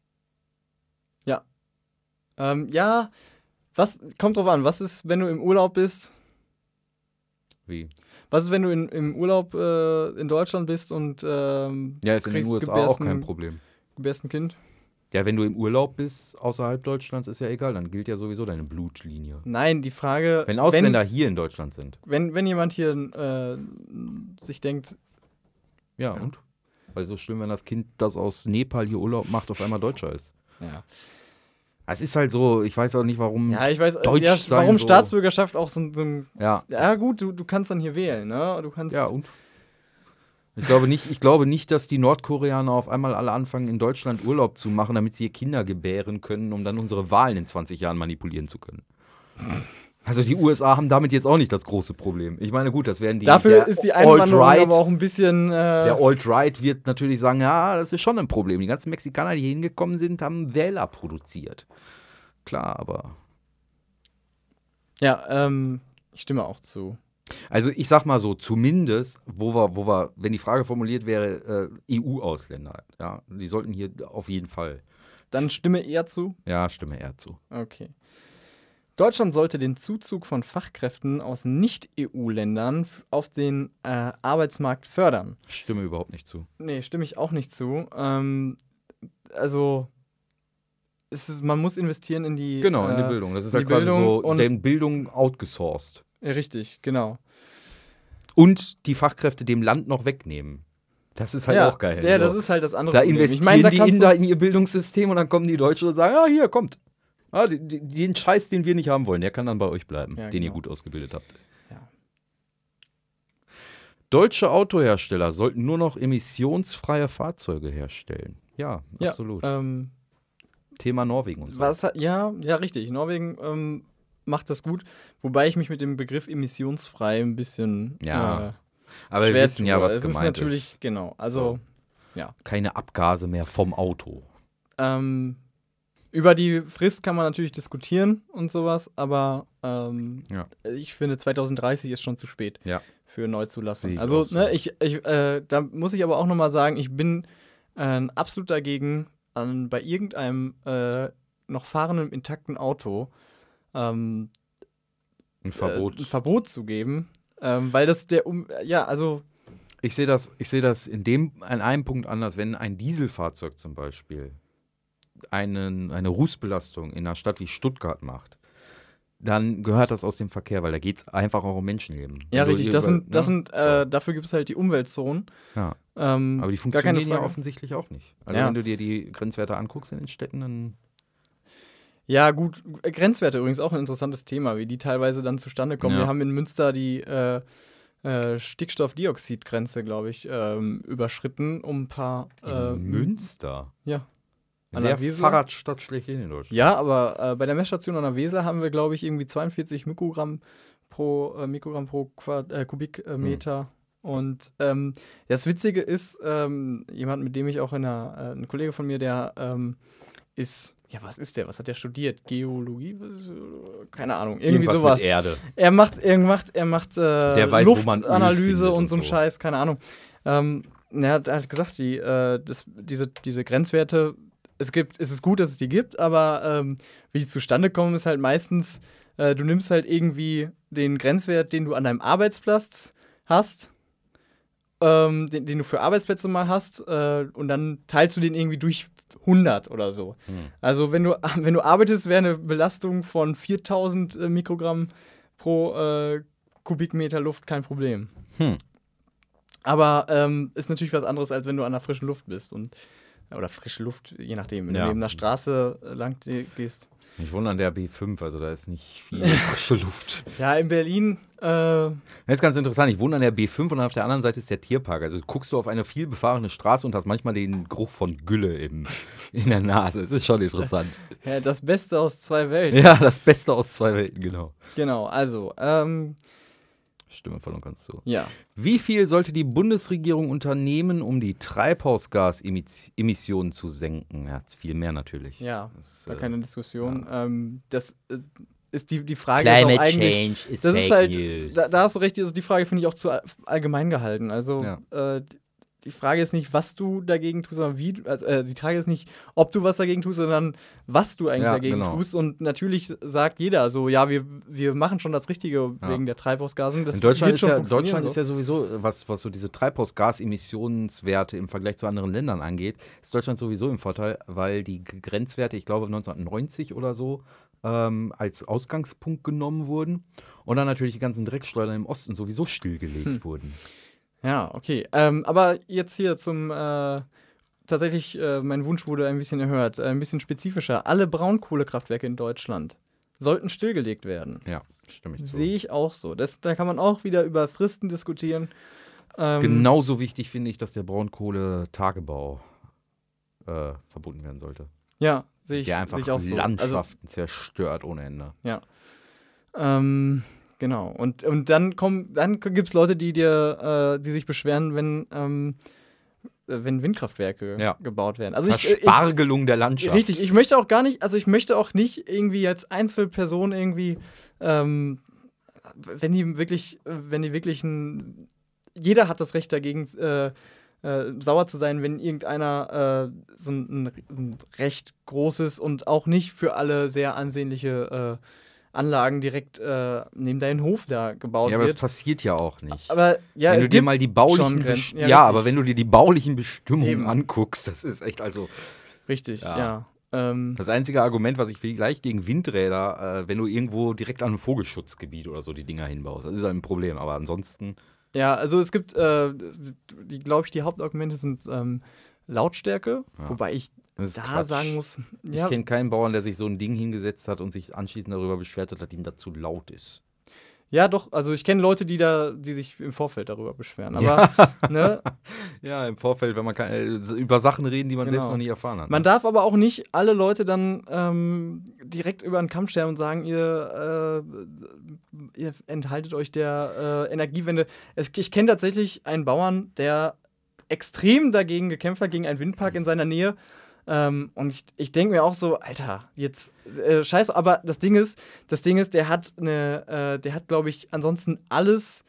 ja, was kommt drauf an? Was ist, wenn du im Urlaub bist? Wie? Was ist, wenn du im Urlaub in Deutschland bist und Ja, ist in den kriegst USA auch kein Problem. gebärst ein Kind? Ja, wenn du im Urlaub bist, außerhalb Deutschlands, ist ja egal, dann gilt ja sowieso deine Blutlinie. Nein, die Frage. Wenn Ausländer hier in Deutschland sind. Wenn jemand hier sich denkt, Ja, und? Weil so schlimm, wenn das Kind, das aus Nepal hier Urlaub macht, auf einmal Deutscher ist. ja. Es ist halt so, ich weiß auch nicht, warum. Ja, ich weiß, Deutsch ja, sein warum so. Staatsbürgerschaft auch so ein. Ja. Ja, gut, du kannst dann hier wählen, ne? Du kannst. Ja, und? Ich glaube nicht, dass die Nordkoreaner auf einmal alle anfangen, in Deutschland Urlaub zu machen, damit sie hier Kinder gebären können, um dann unsere Wahlen in 20 Jahren manipulieren zu können. Also die USA haben damit jetzt auch nicht das große Problem. Ich meine, gut, das werden die. Dafür ist die Einwanderung Alt-Right- aber auch ein bisschen. Der Alt-Right wird natürlich sagen, ja, das ist schon ein Problem. Die ganzen Mexikaner, die hier hingekommen sind, haben Wähler produziert. Klar, aber. Ja, ich stimme auch zu. Also ich sag mal so, zumindest, wo wir, wenn die Frage formuliert wäre, EU-Ausländer, ja, die sollten hier auf jeden Fall. Dann stimme eher zu. Ja, stimme eher zu. Okay. Deutschland sollte den Zuzug von Fachkräften aus Nicht-EU-Ländern auf den Arbeitsmarkt fördern. Stimme überhaupt nicht zu. Nee, stimme ich auch nicht zu. Also, man muss investieren in die Genau, in die Bildung. Das ist in ja die quasi Bildung so und- deren Bildung outgesourced. Ja, richtig, genau. Und die Fachkräfte dem Land noch wegnehmen. Das ist halt auch geil. Ja, so. das ist halt das andere Da Problem. investieren Ich meine, da die kannst Inder in ihr Bildungssystem und dann kommen die Deutschen und sagen, ja, hier, kommt. Ah, den Scheiß, den wir nicht haben wollen, der kann dann bei euch bleiben, Ja, den ihr genau. gut ausgebildet habt. Ja. Deutsche Autohersteller sollten nur noch emissionsfreie Fahrzeuge herstellen. Ja, Ja, absolut. Thema Norwegen und so. Ja, richtig. Norwegen macht das gut, wobei ich mich mit dem Begriff emissionsfrei ein bisschen Ja, Aber wir schwer wissen ja, tue. was Es ist gemeint natürlich, ist. genau, also Keine Abgase mehr vom Auto. über die Frist kann man natürlich diskutieren und sowas, aber ich finde 2030 ist schon zu spät Ja. für Neuzulassung. Sehe ich Also, auch so. ne, da muss ich aber auch nochmal sagen, ich bin absolut dagegen, bei irgendeinem noch fahrenden, intakten Auto Ein Verbot. ein Verbot zu geben, weil das also Ich sehe das an einem Punkt anders. Wenn ein Dieselfahrzeug zum Beispiel eine Rußbelastung in einer Stadt wie Stuttgart macht, dann gehört das aus dem Verkehr, weil da geht es einfach auch um Menschenleben. ja, Wenn du richtig, so. dafür gibt es halt die Umweltzonen. Ja. Aber die gar keine funktionieren ja Frage. offensichtlich auch nicht. Also Ja. wenn du dir die Grenzwerte anguckst in den Städten, dann Ja, gut, Grenzwerte übrigens auch ein interessantes Thema, wie die teilweise dann zustande kommen. Ja. Wir haben in Münster die Stickstoffdioxidgrenze, glaube ich, überschritten um ein paar in Münster. ja. An Der der Weser? Fahrradstadt schlechthin in Deutschland. Ja, aber bei der Messstation an der Weser haben wir, glaube ich, irgendwie 42 Mikrogramm pro Kubikmeter. Und das Witzige ist, jemand, mit dem ich auch ein Kollege von mir, der ist, ja, was ist der? Was hat der studiert? Geologie? Keine Ahnung, irgendwie Irgendwas sowas. mit Erde. Er macht Der weiß, wo man Öl Luftanalyse findet und so ein so. Scheiß, keine Ahnung. Er hat gesagt, diese Grenzwerte, es ist gut, dass es die gibt, aber wie die zustande kommen, ist halt meistens, du nimmst halt irgendwie den Grenzwert, den du an deinem Arbeitsplatz hast, den du für Arbeitsplätze mal hast, und dann teilst du den irgendwie durch 100 oder so. Also wenn du arbeitest, wäre eine Belastung von 4000 Mikrogramm pro Kubikmeter Luft kein Problem. Aber ist natürlich was anderes, als wenn du an der frischen Luft bist. Oder frische Luft, je nachdem. Wenn du neben der Straße lang gehst. Ich wohne an der B5, also da ist nicht viel frische Luft. Ja, in Berlin. Das ist ganz interessant. Ich wohne an der B5 und auf der anderen Seite ist der Tierpark. Also guckst du auf eine viel befahrene Straße und hast manchmal den Geruch von Gülle in der Nase. Das ist schon interessant. Ja, das Beste aus zwei Welten. Ja, das Beste aus zwei Welten, genau. Genau, also, Stimme voll und ganz zu. ja. Wie viel sollte die Bundesregierung unternehmen, um die Treibhausgasemissionen zu senken? Ja, viel mehr natürlich. Ja, Das, gar keine Diskussion. Das ist die Frage ist Climate auch eigentlich. change is Das fake ist halt, news. da hast du recht, also die Frage finde ich auch zu allgemein gehalten. Also, die Frage ist nicht, was du dagegen tust, sondern wie. Also, die Frage ist nicht, ob du was dagegen tust, sondern was du eigentlich dagegen tust. Und natürlich sagt jeder so, ja, wir machen schon das Richtige wegen der Treibhausgasen. Das In Deutschland, wird schon funktionieren, Deutschland ist ja sowieso, was so diese Treibhausgasemissionswerte im Vergleich zu anderen Ländern angeht, ist Deutschland sowieso im Vorteil, weil die Grenzwerte, ich glaube 1990 oder so, als Ausgangspunkt genommen wurden und dann natürlich die ganzen Dreckschleudern im Osten sowieso stillgelegt wurden. Ja, okay. Aber jetzt hier zum tatsächlich, mein Wunsch wurde ein bisschen erhört, ein bisschen spezifischer. Alle Braunkohlekraftwerke in Deutschland sollten stillgelegt werden. Ja, stimme ich zu. Sehe ich auch so. Da kann man auch wieder über Fristen diskutieren. Genauso wichtig finde ich, dass der Braunkohletagebau verboten werden sollte. Ja, sehe ich, Der einfach sehe ich auch so. Landschaften zerstört ohne Ende. Ja. Genau. Und dann gibt es Leute, die sich beschweren, wenn Windkraftwerke gebaut werden. Also Verspargelung der Landschaft. Richtig, ich möchte auch nicht irgendwie als Einzelperson irgendwie, wenn die wirklich jeder hat das Recht dagegen, sauer zu sein, wenn irgendeiner so ein recht großes und auch nicht für alle sehr ansehnliche Anlagen direkt neben deinem Hof da gebaut Ja, aber wird. das passiert ja auch nicht. Aber ja, wenn es du dir gibt mal die baulichen schon Grenzen. ja, richtig. aber wenn du dir die baulichen Bestimmungen Eben. anguckst, das ist echt also Richtig, Ja. ja. Das einzige Argument, was ich vielleicht gegen Windräder, wenn du irgendwo direkt an einem Vogelschutzgebiet oder so die Dinger hinbaust, das ist halt ein Problem. Aber ansonsten. Ja, also es gibt, glaube ich, die Hauptargumente sind Lautstärke, wobei ich da sagen muss, ich kenne keinen Bauern, der sich so ein Ding hingesetzt hat und sich anschließend darüber beschwert hat, dass ihm das zu laut ist. Ja, doch, also ich kenne Leute, die sich im Vorfeld darüber beschweren. Aber, ne? Ja, im Vorfeld, wenn man über Sachen reden, die man selbst noch nie erfahren hat. Man darf aber auch nicht alle Leute dann direkt über den Kamm scheren und sagen, ihr enthaltet euch der Energiewende. Ich kenne tatsächlich einen Bauern, der extrem dagegen gekämpft hat, gegen einen Windpark in seiner Nähe. Und ich denke mir auch so, Alter, jetzt scheiße, aber das Ding ist, der hat glaube ich, ansonsten alles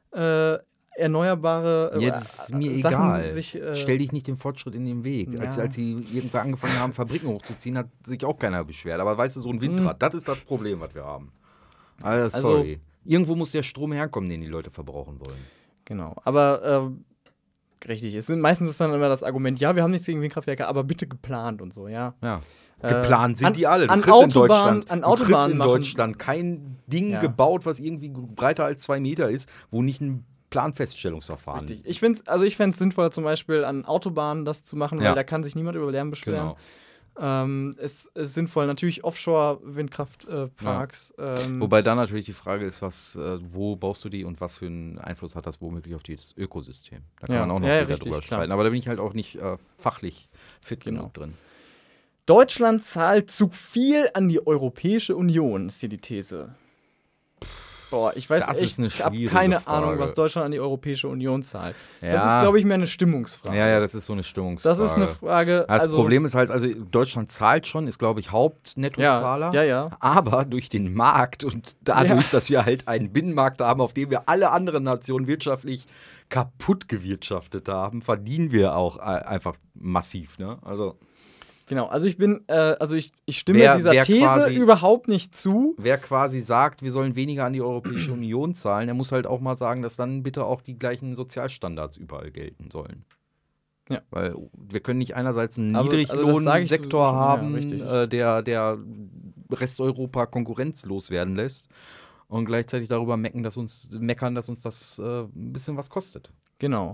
erneuerbare ja, das ist mir Sachen egal. Stell dich nicht dem Fortschritt in den Weg. Ja. Als sie irgendwann angefangen haben, Fabriken hochzuziehen, hat sich auch keiner beschwert. Aber weißt du, so ein Windrad, das ist das Problem, was wir haben. Also, sorry. Irgendwo muss der Strom herkommen, den die Leute verbrauchen wollen. Genau, aber richtig, meistens ist dann immer das Argument, ja, wir haben nichts gegen Windkraftwerke, aber bitte geplant und so, ja. Ja. Geplant sind die alle. Du kriegst in Deutschland kein Ding gebaut, was irgendwie breiter als 2 Meter ist, wo nicht ein Planfeststellungsverfahren. Richtig. Ich fände es sinnvoller, zum Beispiel an Autobahnen das zu machen, weil da kann sich niemand über Lärm beschweren. Genau. Es ist sinnvoll, natürlich Offshore-Windkraftparks. Wobei da natürlich die Frage ist, wo baust du die und was für einen Einfluss hat das womöglich auf das Ökosystem? Da kann man auch noch wieder drüber streiten. Aber da bin ich halt auch nicht fachlich fit genug drin. Deutschland zahlt zu viel an die Europäische Union, ist hier die These. Boah, ich weiß echt, ich habe keine Ahnung, was Deutschland an die Europäische Union zahlt. Ja. Das ist, glaube ich, mehr eine Stimmungsfrage. Ja, das ist so eine Stimmungsfrage. Das ist eine Frage. Das Problem ist halt, also Deutschland zahlt schon, ist, glaube ich, Hauptnettozahler. Ja. Aber durch den Markt und dadurch, dass wir halt einen Binnenmarkt haben, auf dem wir alle anderen Nationen wirtschaftlich kaputt gewirtschaftet haben, verdienen wir auch einfach massiv, ne? Also. Genau, also ich stimme dieser These überhaupt nicht zu. Wer quasi sagt, wir sollen weniger an die Europäische Union zahlen, der muss halt auch mal sagen, dass dann bitte auch die gleichen Sozialstandards überall gelten sollen. Ja. Weil wir können nicht einerseits einen Niedriglohnsektor haben, der Resteuropa konkurrenzlos werden lässt und gleichzeitig darüber meckern, dass uns das ein bisschen was kostet. Genau.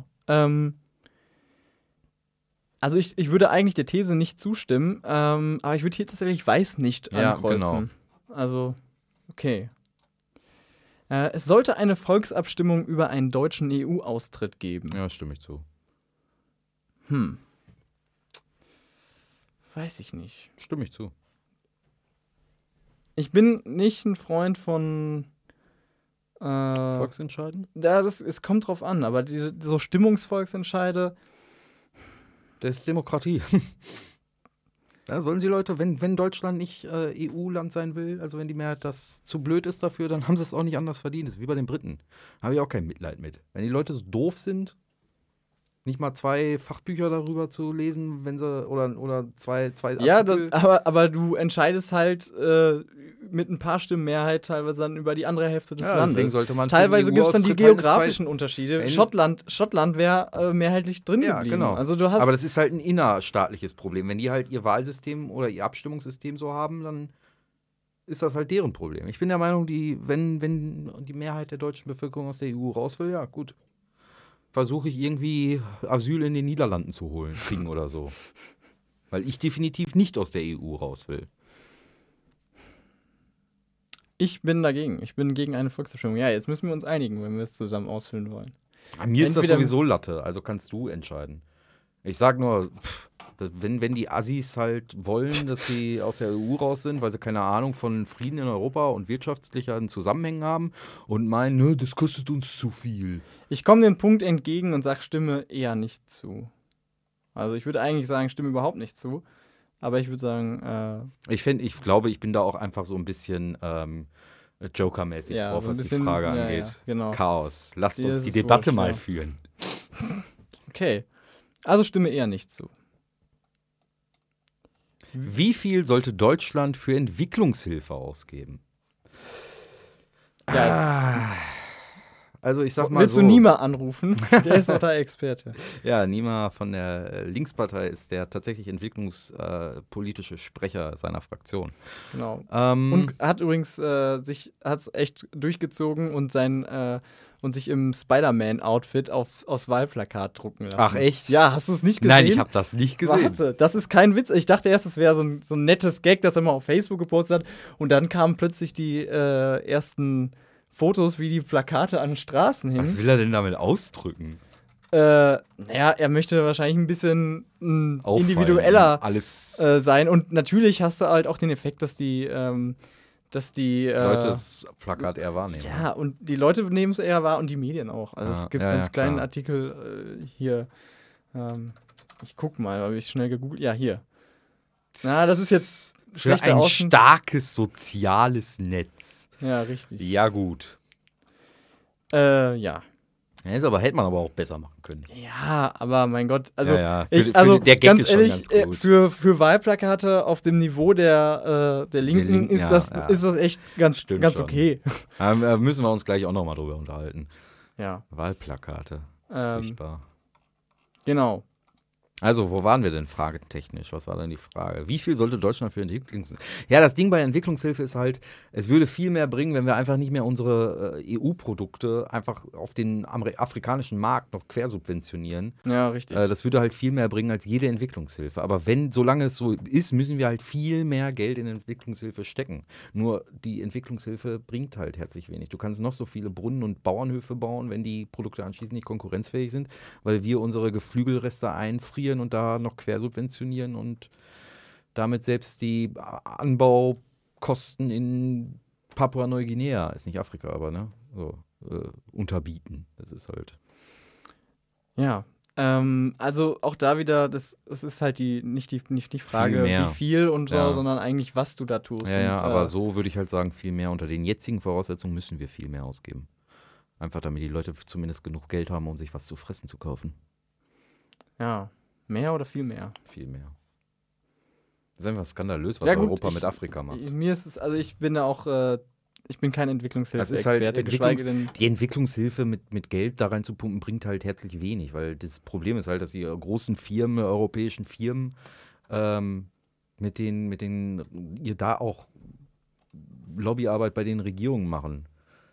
Also ich würde eigentlich der These nicht zustimmen, aber ich würde hier tatsächlich weiß nicht ankreuzen. Ja, genau. Also, okay. Es sollte eine Volksabstimmung über einen deutschen EU-Austritt geben. Ja, stimme ich zu. Weiß ich nicht. Stimme ich zu. Ich bin nicht ein Freund von Volksentscheiden? Ja, es kommt drauf an, aber so Stimmungsvolksentscheide. Das ist Demokratie. Da sollen die Leute, wenn Deutschland nicht EU-Land sein will, also wenn die Mehrheit das zu blöd ist dafür, dann haben sie es auch nicht anders verdient. Das ist wie bei den Briten. Habe ich auch kein Mitleid mit. Wenn die Leute so doof sind, nicht mal 2 Fachbücher darüber zu lesen, wenn sie oder zwei ja, aber du entscheidest halt mit ein paar Stimmen Mehrheit teilweise dann über die andere Hälfte des Landes. Deswegen sollte man teilweise gibt es dann die geografischen Unterschiede. Schottland wäre mehrheitlich drin geblieben. Genau. Also aber das ist halt ein innerstaatliches Problem. Wenn die halt ihr Wahlsystem oder ihr Abstimmungssystem so haben, dann ist das halt deren Problem. Ich bin der Meinung, wenn die Mehrheit der deutschen Bevölkerung aus der EU raus will, ja gut, versuche ich irgendwie Asyl in den Niederlanden zu kriegen oder so. Weil ich definitiv nicht aus der EU raus will. Ich bin dagegen. Ich bin gegen eine Volksabstimmung. Ja, jetzt müssen wir uns einigen, wenn wir es zusammen ausfüllen wollen. Mir ist das sowieso Latte, also kannst du entscheiden. Ich sag nur, wenn die Assis halt wollen, dass sie aus der EU raus sind, weil sie keine Ahnung von Frieden in Europa und wirtschaftlichen Zusammenhängen haben und meinen, das kostet uns zu viel. Ich komme dem Punkt entgegen und sage, stimme eher nicht zu. Also ich würde eigentlich sagen, stimme überhaupt nicht zu. Aber ich würde sagen, ich glaube, ich bin da auch einfach so ein bisschen Joker-mäßig drauf, so was die Frage angeht. Ja, genau. Chaos. Lasst uns die Debatte mal führen. Okay. Also stimme eher nicht zu. Wie viel sollte Deutschland für Entwicklungshilfe ausgeben? Ja. Also ich sag mal Willst so. du Nima anrufen? Der ist doch da Experte. Ja, Nima von der Linkspartei ist der tatsächlich entwicklungspolitische Sprecher seiner Fraktion. Genau. Und hat übrigens hat's echt durchgezogen und sich im Spider-Man-Outfit aufs Wahlplakat drucken lassen. Ach echt? Ja, hast du es nicht gesehen? Nein, ich habe das nicht gesehen. Warte, das ist kein Witz. Ich dachte erst, es wäre so ein nettes Gag, das er mal auf Facebook gepostet hat. Und dann kamen plötzlich die ersten Fotos, wie die Plakate an den Straßen hingen. Was will er denn damit ausdrücken? Naja, er möchte wahrscheinlich ein bisschen Auffallen, individueller alles sein. Und natürlich hast du halt auch den Effekt, dass die Leute das Plakat eher wahrnehmen. Ja, und die Leute nehmen es eher wahr und die Medien auch. Also es gibt einen kleinen klar. Artikel hier. Ich guck mal, habe ich schnell gegoogelt. Ja, hier. Na, das ist jetzt Für schlechter ein Außen. starkes soziales Netz. Ja, richtig. Ja, gut. Ja. Ja, hätte man aber auch besser machen können. Ja, aber mein Gott, also, Ja. der Der Gag ganz ist schon ehrlich, ganz gut. für Wahlplakate auf dem Niveau der Linken Linken, ist das echt ganz Stimmt schon. okay. Da müssen wir uns gleich auch nochmal drüber unterhalten. Ja. Wahlplakate. Furchtbar. Genau. Also, wo waren wir denn fragetechnisch? Was war denn die Frage? Wie viel sollte Deutschland für Entwicklungshilfe? Ja, das Ding bei Entwicklungshilfe ist halt, es würde viel mehr bringen, wenn wir einfach nicht mehr unsere EU-Produkte einfach auf den afrikanischen Markt noch quersubventionieren. Ja, richtig. Das würde halt viel mehr bringen als jede Entwicklungshilfe. Aber solange es so ist, müssen wir halt viel mehr Geld in Entwicklungshilfe stecken. Nur die Entwicklungshilfe bringt halt herzlich wenig. Du kannst noch so viele Brunnen und Bauernhöfe bauen, wenn die Produkte anschließend nicht konkurrenzfähig sind, weil wir unsere Geflügelreste einfrieren und da noch quersubventionieren und damit selbst die Anbaukosten in Papua-Neuguinea, ist nicht Afrika, aber ne, so, unterbieten. Das ist halt. Ja, also auch da wieder, es ist halt nicht die Frage, mehr. wie viel und so, Ja. sondern eigentlich, was du da tust. Ja, und, aber so würde ich halt sagen, viel mehr. Unter den jetzigen Voraussetzungen müssen wir viel mehr ausgeben. Einfach damit die Leute zumindest genug Geld haben, um sich was zu fressen zu kaufen. Ja, mehr oder viel mehr? Viel mehr. Das ist einfach skandalös, was Ja, gut, Europa mit Afrika macht. Mir ist es, also ich bin da auch, ich bin kein Das ist Entwicklungshilfe-Experte, halt geschweige denn. Die Entwicklungshilfe mit Geld da reinzupumpen, bringt halt herzlich wenig, weil das Problem ist halt, dass die großen Firmen, europäischen Firmen, mit denen ihr da auch Lobbyarbeit bei den Regierungen machen.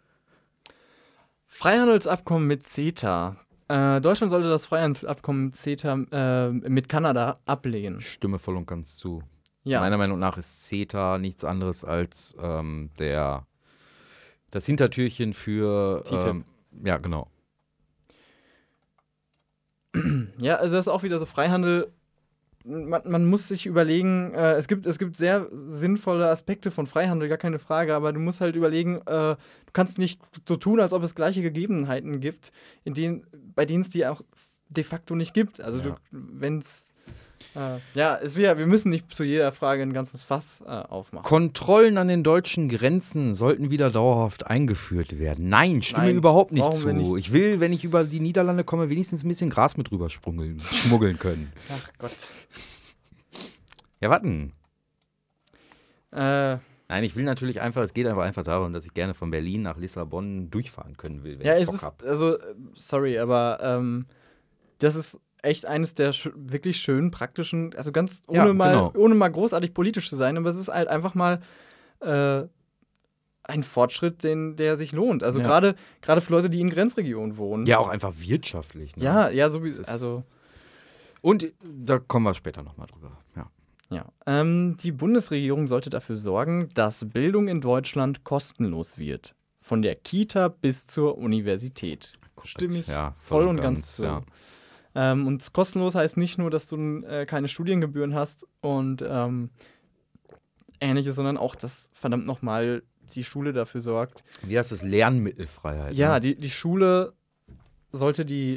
Freihandelsabkommen mit CETA. Deutschland sollte das Freihandelsabkommen mit CETA mit Kanada ablehnen. Stimme voll und ganz zu. Ja. Meiner Meinung nach ist CETA nichts anderes als das Hintertürchen für TTIP. ja, genau. Ja, also das ist auch wieder so Freihandel. Man muss sich überlegen, es gibt sehr sinnvolle Aspekte von Freihandel, gar keine Frage, aber du musst halt überlegen, du kannst nicht so tun, als ob es gleiche Gegebenheiten gibt, bei denen es die auch de facto nicht gibt. Also Ja. wir müssen nicht zu jeder Frage ein ganzes Fass aufmachen. Kontrollen an den deutschen Grenzen sollten wieder dauerhaft eingeführt werden. Nein, stimme Nein, überhaupt nicht brauchen wir zu. nicht. Ich will, wenn ich über die Niederlande komme, wenigstens ein bisschen Gras mit rüber schmuggeln können. Ach Gott. Ja, warten. Äh, Nein, ich will natürlich es geht einfach darum, dass ich gerne von Berlin nach Lissabon durchfahren können will, wenn ja, ich es Bock ist, hab. also, sorry, aber das ist echt eines der wirklich schönen, praktischen, also ganz Ja, ohne genau. mal großartig politisch zu sein, aber es ist halt einfach mal ein Fortschritt, der sich lohnt. Also Ja. gerade für Leute, die in Grenzregionen wohnen. Ja, auch einfach wirtschaftlich. Ne? Ja, sowieso. Das ist- Also, Und da kommen wir später nochmal drüber. Ja. ja. Die Bundesregierung sollte dafür sorgen, dass Bildung in Deutschland kostenlos wird. Von der Kita bis zur Universität. Stimme ich Ja, voll und ganz zu. Ja. Und kostenlos heißt nicht nur, dass du keine Studiengebühren hast und ähnliches, sondern auch, dass verdammt nochmal die Schule dafür sorgt. Wie heißt das? Lernmittelfreiheit. Ja, ne? die Schule sollte die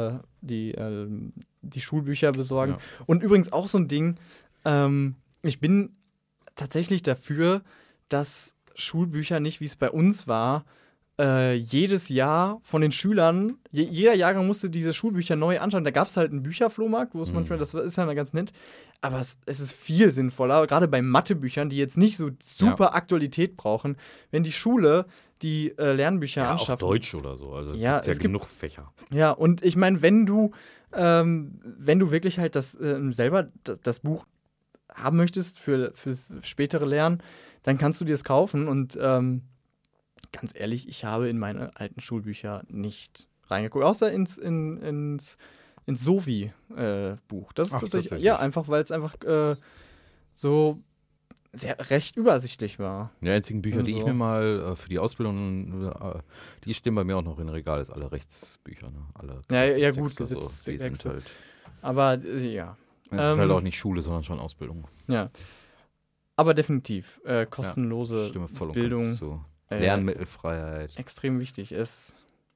Schulbücher besorgen. Ja. Und übrigens auch so ein Ding, ich bin tatsächlich dafür, dass Schulbücher nicht, wie es bei uns war, jedes Jahr von den Schülern, jeder Jahrgang musste diese Schulbücher neu anschauen. Da gab es halt einen Bücherflohmarkt, wo es manchmal, das ist ja ganz nett, aber es ist viel sinnvoller, gerade bei Mathebüchern, die jetzt nicht so super Aktualität brauchen, wenn die Schule die Lernbücher Ja, auch anschaffen. Deutsch oder so. Also Ja, gibt's ja es gibt- genug Fächer. Ja, und ich meine, wenn du wirklich halt selber das Buch haben möchtest fürs spätere Lernen, dann kannst du dir es kaufen. Und ganz ehrlich, ich habe in meine alten Schulbücher nicht reingeguckt, außer ins Sovi-Buch. Das ist Ach, tatsächlich, tatsächlich. ja, einfach, weil es einfach so recht übersichtlich war. Die einzigen Bücher, die ich Also. mir mal für die Ausbildung, die stehen bei mir auch noch in Regal, ist alle Rechtsbücher, ne? Alle Ja, gut, Gesetzestexte, die sind Gesetzestexte. halt. Aber ja. Es ist halt Ähm, auch nicht Schule, sondern schon Ausbildung. Ja. Aber definitiv, kostenlose Stimme voll und Bildung, ganz zu. äh, Lernmittelfreiheit. extrem wichtig ist.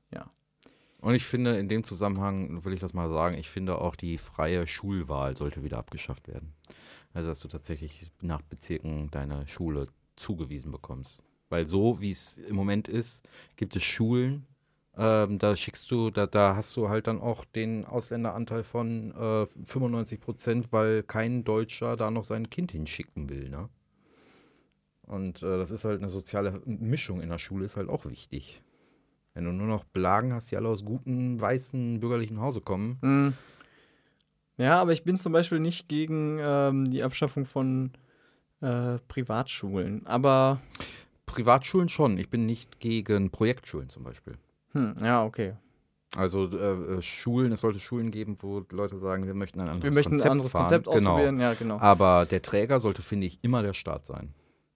Und ich finde, in dem Zusammenhang will ich das mal sagen, ich finde auch die freie Schulwahl sollte wieder abgeschafft werden. Also, dass du tatsächlich nach Bezirken deine Schule zugewiesen bekommst. Weil so, wie es im Moment ist, gibt es Schulen, da hast du halt dann auch den Ausländeranteil von 95%, weil kein Deutscher da noch sein Kind hinschicken will, ne? Und das ist halt eine soziale Mischung in der Schule, ist halt auch wichtig. Wenn du nur noch Blagen hast, die alle aus gutem, weißen, bürgerlichen Hause kommen. Mhm. Ja, aber ich bin zum Beispiel nicht gegen die Abschaffung von Privatschulen. Aber, Privatschulen schon. Ich bin nicht gegen Projektschulen zum Beispiel. ja, okay. Also Schulen, es sollte Schulen geben, wo Leute sagen, wir möchten ein anderes Wir möchten Konzept ein anderes fahren. Konzept Genau. ausprobieren. Ja, genau. Aber der Träger sollte, finde ich, immer der Staat sein.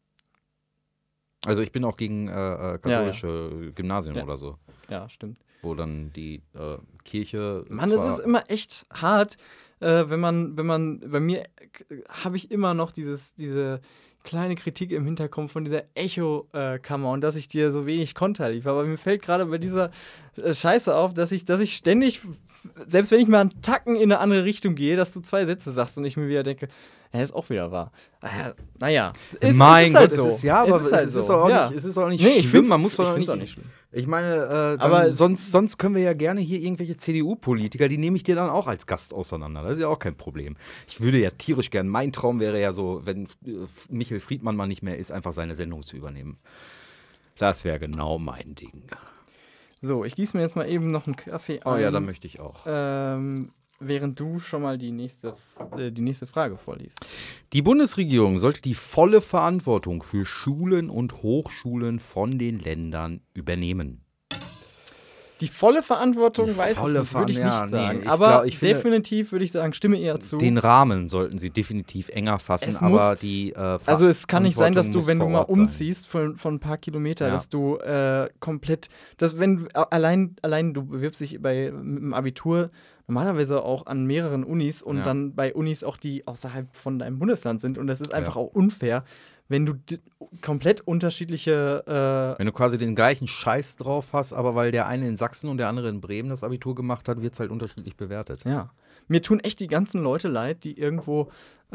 Also ich bin auch gegen katholische Gymnasien Ja. oder so, Ja, stimmt. wo dann die Kirche. Mann, es ist immer echt hart, bei mir habe ich immer noch diese kleine Kritik im Hintergrund von dieser Echo-Kammer und dass ich dir so wenig Konter liefere. Aber mir fällt gerade bei dieser Scheiße auf, dass ich ständig, selbst wenn ich mal einen Tacken in eine andere Richtung gehe, dass du 2 Sätze sagst und ich mir wieder denke, ja, ist auch wieder wahr. Naja, Mein ist halt Gott, so. es ist ja, aber ist halt es so. ist auch Ja. nicht, es ist auch nicht Nee, ich schlimm. find's- Man muss ich doch find's nicht. auch nicht schlimm. Ich meine, Aber sonst können wir ja gerne hier irgendwelche CDU-Politiker, die nehme ich dir dann auch als Gast auseinander. Das ist ja auch kein Problem. Ich würde ja tierisch gern, mein Traum wäre ja so, wenn Michael Friedmann mal nicht mehr ist, einfach seine Sendung zu übernehmen. Das wäre genau mein Ding. So, ich gieße mir jetzt mal eben noch einen Kaffee ein. Oh ja, dann möchte ich auch. Während du schon mal die nächste Frage vorliest. Die Bundesregierung sollte die volle Verantwortung für Schulen und Hochschulen von den Ländern übernehmen. Die volle Verantwortung Die weiß volle ich nicht, würde ich Ver- ja, nicht nee, sagen. ich Aber glaub, ich finde- definitiv würde ich sagen, stimme eher zu. Den Rahmen sollten sie definitiv enger fassen, Es aber muss- die Also es kann nicht sein, dass du, Verantwortung wenn du muss mal vor Ort sein. umziehst von ein paar Kilometer, Ja. dass du komplett, allein du bewirbst dich mit dem Abitur normalerweise auch an mehreren Unis und Ja. dann bei Unis auch, die außerhalb von deinem Bundesland sind. Und das ist einfach auch unfair, wenn du komplett unterschiedliche Wenn du quasi den gleichen Scheiß drauf hast, aber weil der eine in Sachsen und der andere in Bremen das Abitur gemacht hat, wird es halt unterschiedlich bewertet. Ja. Mir tun echt die ganzen Leute leid, die irgendwo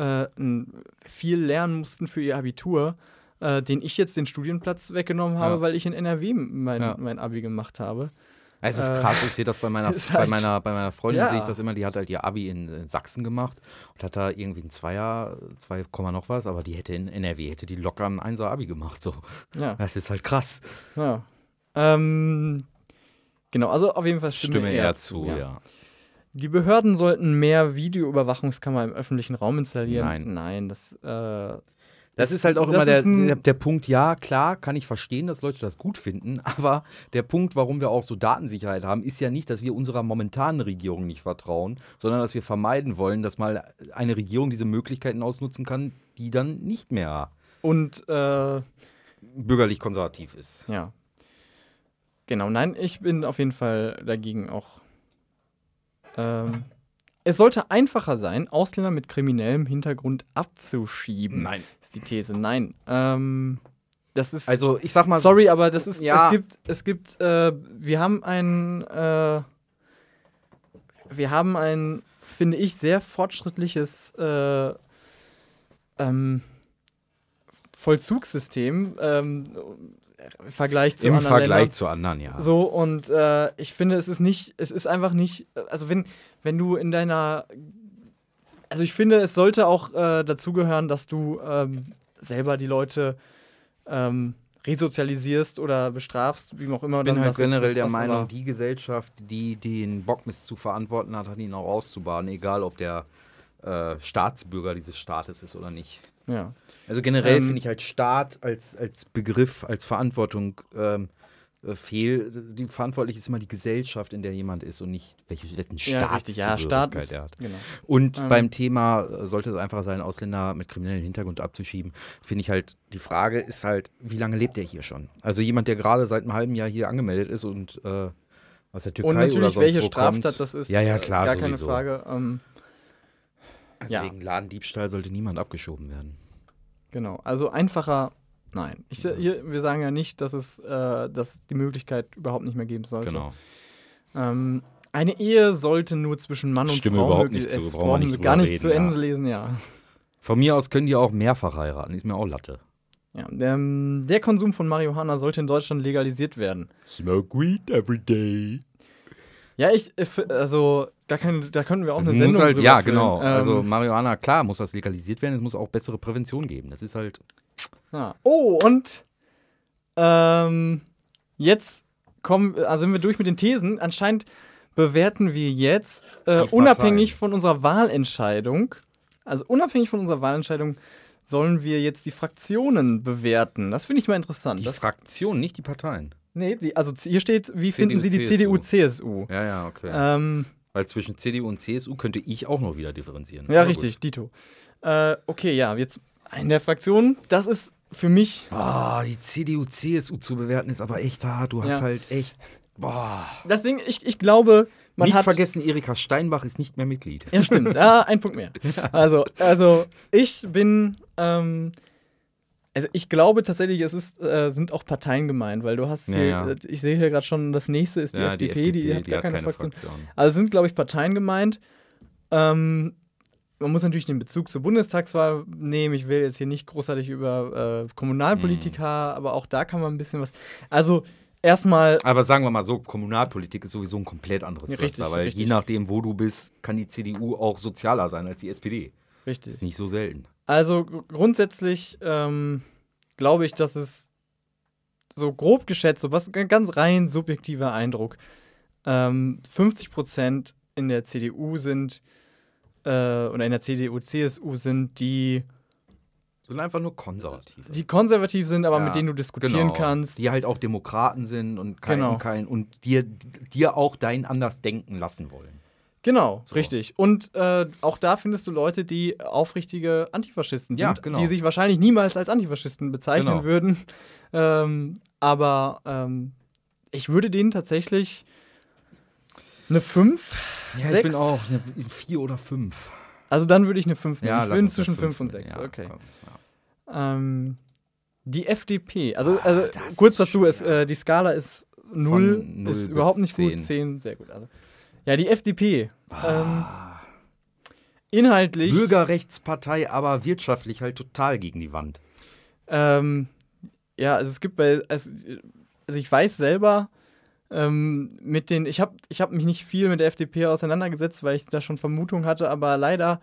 viel lernen mussten für ihr Abitur, den ich jetzt den Studienplatz weggenommen habe, Ja. weil ich in NRW Ja. mein Abi gemacht habe. Es ist krass, ich sehe das bei meiner, ist halt- bei meiner Freundin, Ja. sehe ich das immer, die hat halt ihr Abi in Sachsen gemacht und hat da irgendwie ein 2, noch was, aber die hätte in NRW, hätte die locker ein 1er Abi gemacht, so. Ja. Das ist halt krass. Ja. Genau, also auf jeden Fall stimme eher zu, ja. Die Behörden sollten mehr Videoüberwachungskamera im öffentlichen Raum installieren. Nein. Das ist halt auch das immer ist ein- der Punkt, ja, klar, kann ich verstehen, dass Leute das gut finden, aber der Punkt, warum wir auch so Datensicherheit haben, ist ja nicht, dass wir unserer momentanen Regierung nicht vertrauen, sondern dass wir vermeiden wollen, dass mal eine Regierung diese Möglichkeiten ausnutzen kann, die dann nicht mehr Und bürgerlich konservativ ist. ja. Genau, nein, ich bin auf jeden Fall dagegen auch. Es sollte einfacher sein, Ausländer mit kriminellem Hintergrund abzuschieben. Nein. Ist die These. Nein. Das ist. Also, ich sag mal, Sorry, aber das ist. Ja. Es gibt. Wir haben ein, finde ich, sehr fortschrittliches Vollzugssystem im Vergleich zu im anderen Vergleich Ländern. zu anderen, ja. So, und ich finde, es ist einfach nicht, also wenn du in deiner, also ich finde, es sollte auch dazugehören, dass du selber die Leute resozialisierst oder bestrafst, wie auch immer. Ich bin dann halt das jetzt generell der was, Meinung, aber- die Gesellschaft, die den Bockmist zu verantworten hat, hat ihn auch auszubaden, egal ob der Staatsbürger dieses Staates ist oder nicht. Ja. Also generell finde ich halt Staat als Begriff, als Verantwortung die verantwortlich ist immer die Gesellschaft, in der jemand ist und nicht wessen Ja, richtig. Ja, Staat Staatszugehörigkeit ist, er hat. genau. Und beim Thema, sollte es einfacher sein, Ausländer mit kriminellem Hintergrund abzuschieben, finde ich halt, die Frage ist halt, wie lange lebt der hier schon? Also jemand, der gerade seit einem halben Jahr hier angemeldet ist und aus der Türkei Und natürlich, oder sonst welche wo Straftat kommt. das ist, Ja, klar, gar keine sowieso. Frage. Also ja. wegen Ladendiebstahl sollte niemand abgeschoben werden. Genau, also einfacher, nein. Wir sagen ja nicht, dass es die Möglichkeit überhaupt nicht mehr geben sollte. Genau. Eine Ehe sollte nur zwischen Mann und Stimme Frau überhaupt möglich. nicht zu, Es brauchen wir brauchen nicht wir drüber gar nicht reden, zu Ende ja. lesen, ja. Von mir aus können die auch mehrfach heiraten, ist mir auch Latte. Ja, der Konsum von Marihuana sollte in Deutschland legalisiert werden. Smoke weed every day. Ja, also da könnten wir auch Es eine muss Sendung halt, drüber ja, füllen. genau. Also Marihuana, klar, muss das legalisiert werden. Es muss auch bessere Prävention geben. Das ist halt. Ja. Oh, und jetzt sind wir durch mit den Thesen. Anscheinend bewerten wir jetzt unabhängig von unserer Wahlentscheidung, sollen wir jetzt die Fraktionen bewerten. Das finde ich mal interessant. Die Fraktionen, nicht die Parteien. Nee, also hier steht, wie CDU, finden Sie die CSU. CDU, CSU? Ja, okay. Weil zwischen CDU und CSU könnte ich auch noch wieder differenzieren. Ja, Aber richtig, Dito. Okay, ja, jetzt in der Fraktion, das ist für mich. Die CDU, CSU zu bewerten ist aber echt hart. Du hast Ja. halt echt. Boah. Das Ding, ich glaube, man Nicht hat. vergessen, Erika Steinbach ist nicht mehr Mitglied. Ja, stimmt. Ein Punkt mehr. Also ich bin. Also ich glaube tatsächlich, sind auch Parteien gemeint, weil du hast hier, Ja. ich sehe hier gerade schon, das nächste ist die FDP, die hat gar keine Fraktion. Also es sind, glaube ich, Parteien gemeint. Man muss natürlich den Bezug zur Bundestagswahl nehmen. Ich will jetzt hier nicht großartig über Kommunalpolitik aber auch da kann man ein bisschen was. Also erstmal. Aber sagen wir mal so, Kommunalpolitik ist sowieso ein komplett anderes Ja, Pflaster, richtig, weil richtig. je nachdem, wo du bist, kann die CDU auch sozialer sein als die SPD. Richtig. Ist nicht so selten. Also grundsätzlich glaube ich, dass es so grob geschätzt, so was ganz rein subjektiver Eindruck, 50% in der CDU sind oder in der CDU, CSU sind die Sind einfach nur Konservative. konservativ sind, aber Ja, mit denen du diskutieren genau. kannst. Die halt auch Demokraten sind und Genau. und dir auch dein Andersdenken lassen wollen. Genau, So. richtig. Und auch da findest du Leute, die aufrichtige Antifaschisten sind, Ja, genau. die sich wahrscheinlich niemals als Antifaschisten bezeichnen Genau. würden. Aber ich würde denen tatsächlich eine 5, Ja, 6. ich bin auch eine 4 oder 5. Also dann würde ich eine 5 nehmen. Ja, ich lass bin uns eine zwischen 5 und 5 6. nehmen. Okay. Ja. Die FDP, also das kurz ist dazu, schwer. Die Skala ist 0, Von 0 ist bis überhaupt nicht 10. gut, 10, sehr gut. Also, ja, die FDP. Inhaltlich. Bürgerrechtspartei, aber wirtschaftlich halt total gegen die Wand. Ja, also es gibt also ich weiß selber, ich hab mich nicht viel mit der FDP auseinandergesetzt, weil ich da schon Vermutungen hatte, aber leider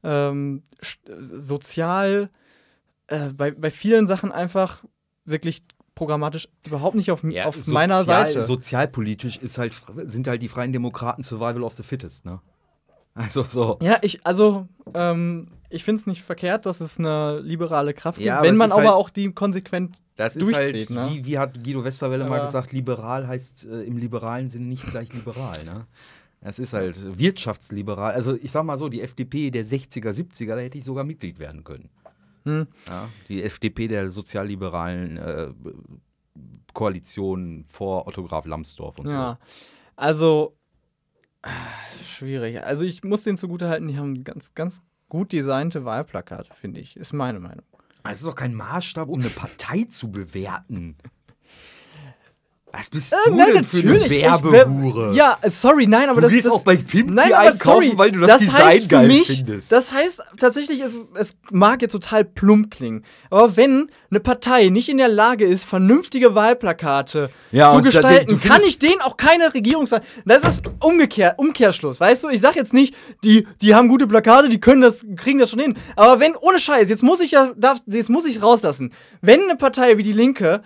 sozial bei vielen Sachen einfach wirklich programmatisch überhaupt nicht auf meiner Seite. Sozialpolitisch sind halt die Freien Demokraten Survival of the Fittest, ne? Also so. Ja, ich finde es nicht verkehrt, dass es eine liberale Kraft gibt, Ja, aber wenn es man ist aber halt- auch die konsequent Das ist durchzieht, halt, ne? wie hat Guido Westerwelle mal Aber- gesagt, liberal heißt im liberalen Sinne nicht gleich liberal, ne? Es ist halt wirtschaftsliberal. Also ich sag mal so, die FDP der 60er, 70er, da hätte ich sogar Mitglied werden können. Ja, die FDP der sozialliberalen Koalition vor Otto Graf Lambsdorff und Ja, also schwierig. Also ich muss denen zugutehalten, die haben ganz, ganz gut designte Wahlplakate, finde ich. Ist meine Meinung. so. Es ist doch kein Maßstab, um eine Partei zu bewerten. Was bist du Nein, denn für eine natürlich. Werbehure? Ja, sorry, nein, aber Du das gehst das, auch bei Pimp nein, die aber einkaufen, sorry, weil du das Design heißt für geil mich, findest. Das heißt tatsächlich, es mag jetzt total plump klingen, aber wenn eine Partei nicht in der Lage ist, vernünftige Wahlplakate Ja, zu und gestalten, du kann findest- ich denen auch keine Regierungswahl. Das ist Umkehrschluss, weißt du? Ich sag jetzt nicht, die haben gute Plakate, die kriegen das schon hin. Aber wenn, ohne Scheiß, jetzt muss ich rauslassen, wenn eine Partei wie die Linke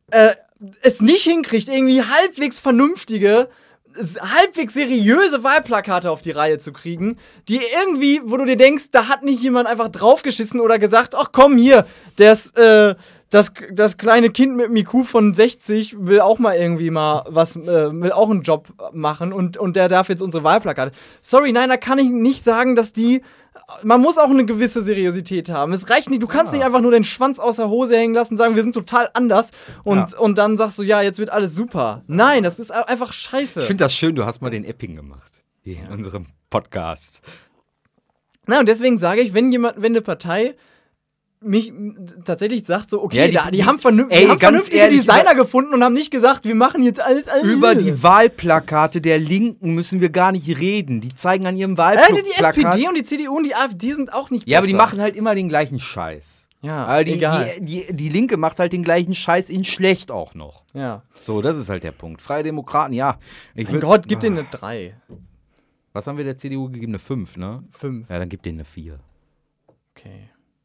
es nicht hinkriegt, irgendwie halbwegs vernünftige, halbwegs seriöse Wahlplakate auf die Reihe zu kriegen, die irgendwie, wo du dir denkst, da hat nicht jemand einfach draufgeschissen oder gesagt, ach komm hier, das kleine Kind mit einem IQ von 60 will auch mal irgendwie mal was, will auch einen Job machen und der darf jetzt unsere Wahlplakate. Sorry, nein, da kann ich nicht sagen, dass man muss auch eine gewisse Seriosität haben. Es reicht nicht, du kannst nicht einfach nur den Schwanz aus der Hose hängen lassen und sagen, wir sind total anders und dann sagst du, ja, jetzt wird alles super. Nein, das ist einfach scheiße. Ich finde das schön, du hast mal den Epping gemacht. Hier in unserem Podcast. Na, und deswegen sage ich, wenn eine Partei mich tatsächlich sagt so, okay, die haben vernünftige Designer gefunden und haben nicht gesagt, wir machen jetzt alles. Über die Wahlplakate der Linken müssen wir gar nicht reden. Die zeigen an ihrem Wahlplakat. Die SPD und die CDU und die AfD sind auch nicht besser. Ja, aber die machen halt immer den gleichen Scheiß. Ja, aber egal. Die Linke macht halt den gleichen Scheiß in schlecht auch noch. Ja. So, das ist halt der Punkt. Freie Demokraten, ja. Mein Gott, gib denen eine 3. Was haben wir der CDU gegeben? Eine 5, ne? 5. Ja, dann gib denen eine 4. Okay.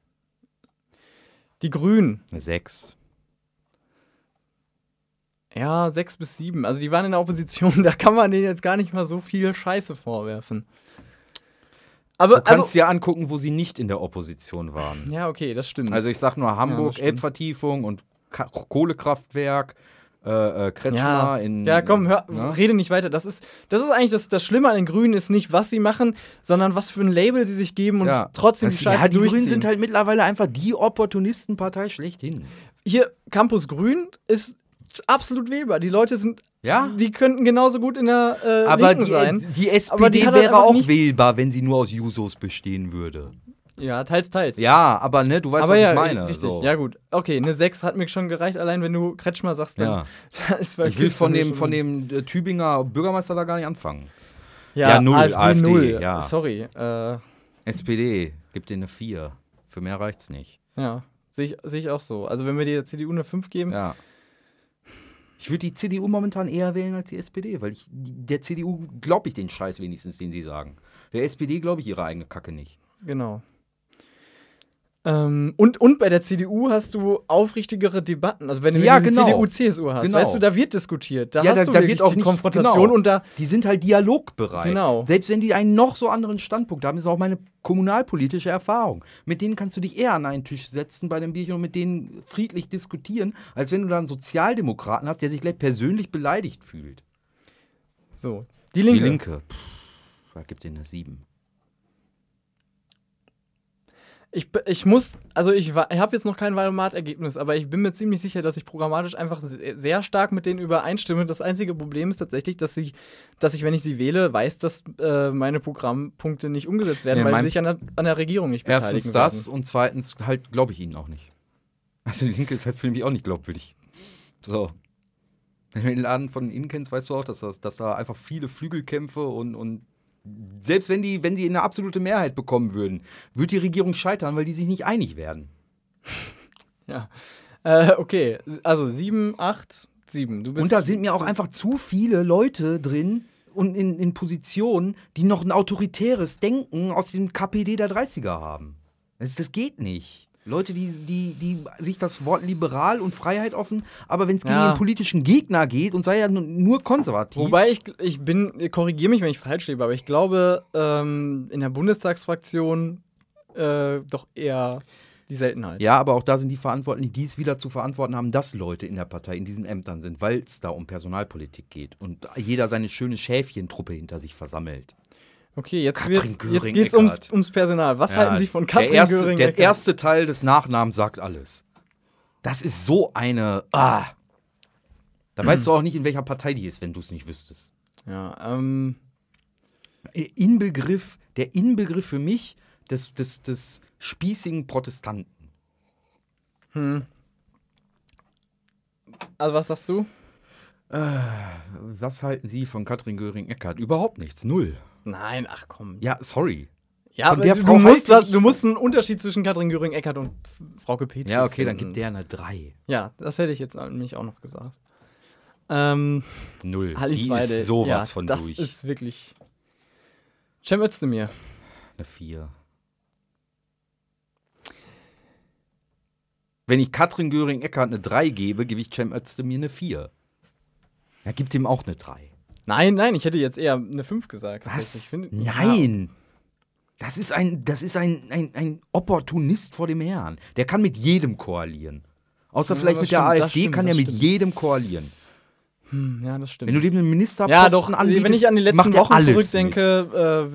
Die Grünen. Eine 6. Ja, 6 bis 7. Also die waren in der Opposition, da kann man denen jetzt gar nicht mal so viel Scheiße vorwerfen. Aber, du kannst dir angucken, wo sie nicht in der Opposition waren. Ja, okay, das stimmt. Also ich sag nur Hamburg, Elbvertiefung und Kohlekraftwerk, Kretschmer in... Ja, komm, rede nicht weiter. Das ist eigentlich das Schlimme an den Grünen ist nicht, was sie machen, sondern was für ein Label sie sich geben und trotzdem die Scheiße durchziehen. Die Grünen sind halt mittlerweile einfach die Opportunistenpartei schlechthin. Hier, Campus Grün ist absolut wählbar. Die Leute sind... Ja? Die könnten genauso gut in der Linken sein. Die SPD wäre auch wählbar, wenn sie nur aus Jusos bestehen würde. Ja, teils. Ja, aber ne, du weißt, was ich meine. Richtig, so. Ja gut. Okay, eine 6 hat mir schon gereicht, allein wenn du Kretschmer sagst, dann ist ich will von dem Tübinger Bürgermeister da gar nicht anfangen. Ja, 0, AfD 0. Ja. Sorry. SPD, gib denen eine 4. Für mehr reicht's nicht. Ja, sehe ich auch so. Also wenn wir der CDU eine 5 geben. Ja. Ich würde die CDU momentan eher wählen als die SPD, weil der CDU glaube ich den Scheiß wenigstens, den sie sagen. Der SPD glaube ich ihre eigene Kacke nicht. Genau. Und bei der CDU hast du aufrichtigere Debatten. Also wenn du CDU, CSU hast, weißt du, da wird diskutiert. Da hast du da wird auch die Konfrontation. Und die sind halt dialogbereit. Genau. Selbst wenn die einen noch so anderen Standpunkt haben, ist auch meine kommunalpolitische Erfahrung. Mit denen kannst du dich eher an einen Tisch setzen bei dem Bierchen und mit denen friedlich diskutieren, als wenn du da einen Sozialdemokraten hast, der sich gleich persönlich beleidigt fühlt. So, die Linke. Die Linke. Da gibt dir eine 7. Ich habe jetzt noch kein Wahlomat-Ergebnis, aber ich bin mir ziemlich sicher, dass ich programmatisch einfach sehr stark mit denen übereinstimme. Das einzige Problem ist tatsächlich, dass ich, wenn ich sie wähle, weiß, dass meine Programmpunkte nicht umgesetzt werden, weil sie sich an der Regierung nicht beteiligen erstens das und zweitens halt glaube ich ihnen auch nicht. Also die Linke ist halt für mich auch nicht glaubwürdig. So. Wenn du den Laden von innen kennst, weißt du auch, dass da einfach viele Flügelkämpfe und selbst wenn die eine absolute Mehrheit bekommen würden, würde die Regierung scheitern, weil die sich nicht einig werden. Ja. Okay, also 7, 8, 7. Und da sind mir auch einfach zu viele Leute drin und in Positionen, die noch ein autoritäres Denken aus dem KPD der 30er haben. Das geht nicht. Leute, die sich das Wort liberal und Freiheit offen, aber wenn es gegen den politischen Gegner geht und sei ja nur konservativ. Wobei korrigiere mich, wenn ich falsch lebe, aber ich glaube, in der Bundestagsfraktion doch eher die Seltenheit. Ja, aber auch da sind die Verantwortlichen, die es wieder zu verantworten haben, dass Leute in der Partei in diesen Ämtern sind, weil es da um Personalpolitik geht und jeder seine schöne Schäfchentruppe hinter sich versammelt. Okay, jetzt geht's ums Personal. Was halten Sie von Katrin Göring-Eckardt? Der erste Teil des Nachnamens sagt alles. Das ist so eine... Da weißt du auch nicht, in welcher Partei die ist, wenn du es nicht wüsstest. Ja, Der Inbegriff für mich des spießigen Protestanten. Also was sagst du? Was halten Sie von Katrin Göring-Eckardt? Überhaupt nichts, 0. Nein, ach komm. Ja, sorry. Ja, aber du musst einen Unterschied zwischen Katrin Göring-Eckardt und Frauke Petri Ja, okay, finden. dann gibt der eine 3. Ja, das hätte ich jetzt nämlich auch noch gesagt. 0. Die ist sowas von das durch. Das ist wirklich... Cem Özdemir. Eine 4. Wenn ich Katrin Göring-Eckardt eine 3 gebe, gebe ich Cem Özdemir eine 4. Ja, gibt ihm auch eine 3. Nein, ich hätte jetzt eher eine 5 gesagt. Was? Nein! Das ist ein Opportunist vor dem Herrn. Der kann mit jedem koalieren. Außer vielleicht mit der AfD kann er mit jedem koalieren. Ja, das stimmt. Wenn du dem einen Ministerposten anbietest, wenn ich an die letzten Wochen zurückdenke,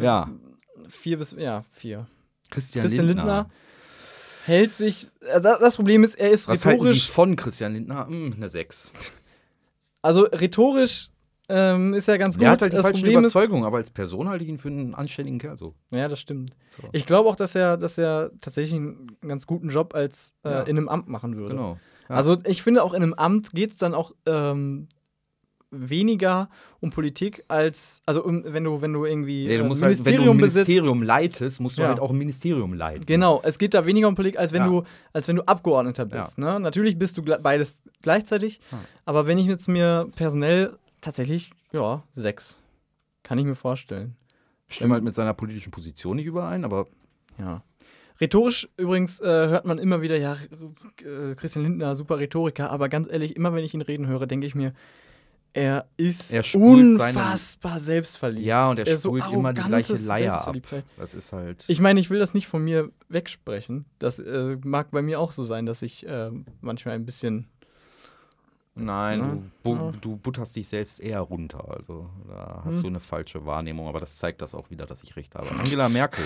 4. Christian Lindner hält sich. Das Problem ist, er ist was rhetorisch. Halten Sie von Christian Lindner? Eine 6. Also rhetorisch ist er ganz gut. Er hat halt die das falsche Problem Überzeugung, aber als Person halte ich ihn für einen anständigen Kerl so. Ja, das stimmt. So. Ich glaube auch, dass er tatsächlich einen ganz guten Job als in einem Amt machen würde. Genau. Ja. Also ich finde auch in einem Amt geht es dann auch weniger um Politik als, also wenn du irgendwie du musst Ministerium halt, wenn du ein besitzt. Ministerium leitest, musst du halt auch ein Ministerium leiten. Genau, es geht da weniger um Politik, als wenn du Abgeordneter bist. Ne? Natürlich bist du beides gleichzeitig, aber wenn ich jetzt mir personell tatsächlich, 6. Kann ich mir vorstellen. Stimmt halt mit seiner politischen Position nicht überein, aber ja. Rhetorisch übrigens hört man immer wieder, Christian Lindner, super Rhetoriker, aber ganz ehrlich, immer wenn ich ihn reden höre, denke ich mir, er ist unfassbar selbstverliebt. Ja, und er so spult immer die gleiche Leier ab. Das ist halt. Ich meine, ich will das nicht von mir wegsprechen. Das mag bei mir auch so sein, dass ich manchmal ein bisschen. Nein, du butterst dich selbst eher runter. Also da hast du eine falsche Wahrnehmung, aber das zeigt das auch wieder, dass ich recht habe. Angela Merkel.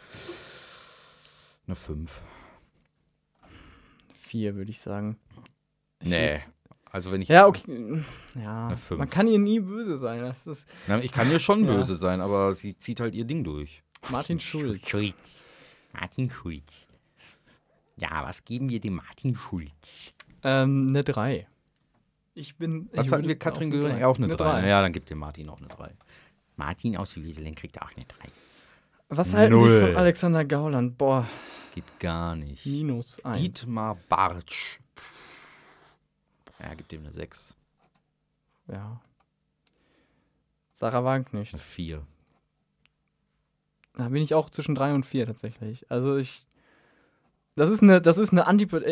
Eine 5. 4, würde ich sagen. Nee. Also wenn ich. Ja, okay. Ja, eine 5. Man kann ihr nie böse sein. Das ist Ich kann ihr schon böse sein, aber sie zieht halt ihr Ding durch. Martin Schulz. Martin Schulz. Ja, was geben wir dem Martin Schulz? Eine 3. Was hatten wir, Katrin Göring? Auch eine 3. Ja, dann gibt ihr Martin auch eine 3. Martin aus Wieseln kriegt auch eine 3. Was halten Sie von Alexander Gauland? Boah. Geht gar nicht. -1. Dietmar Bartsch. Ja, gibt ihm eine 6. Ja. Sarah Wagenknecht. Eine 4. Da bin ich auch zwischen 3 und 4 tatsächlich. Also das ist eine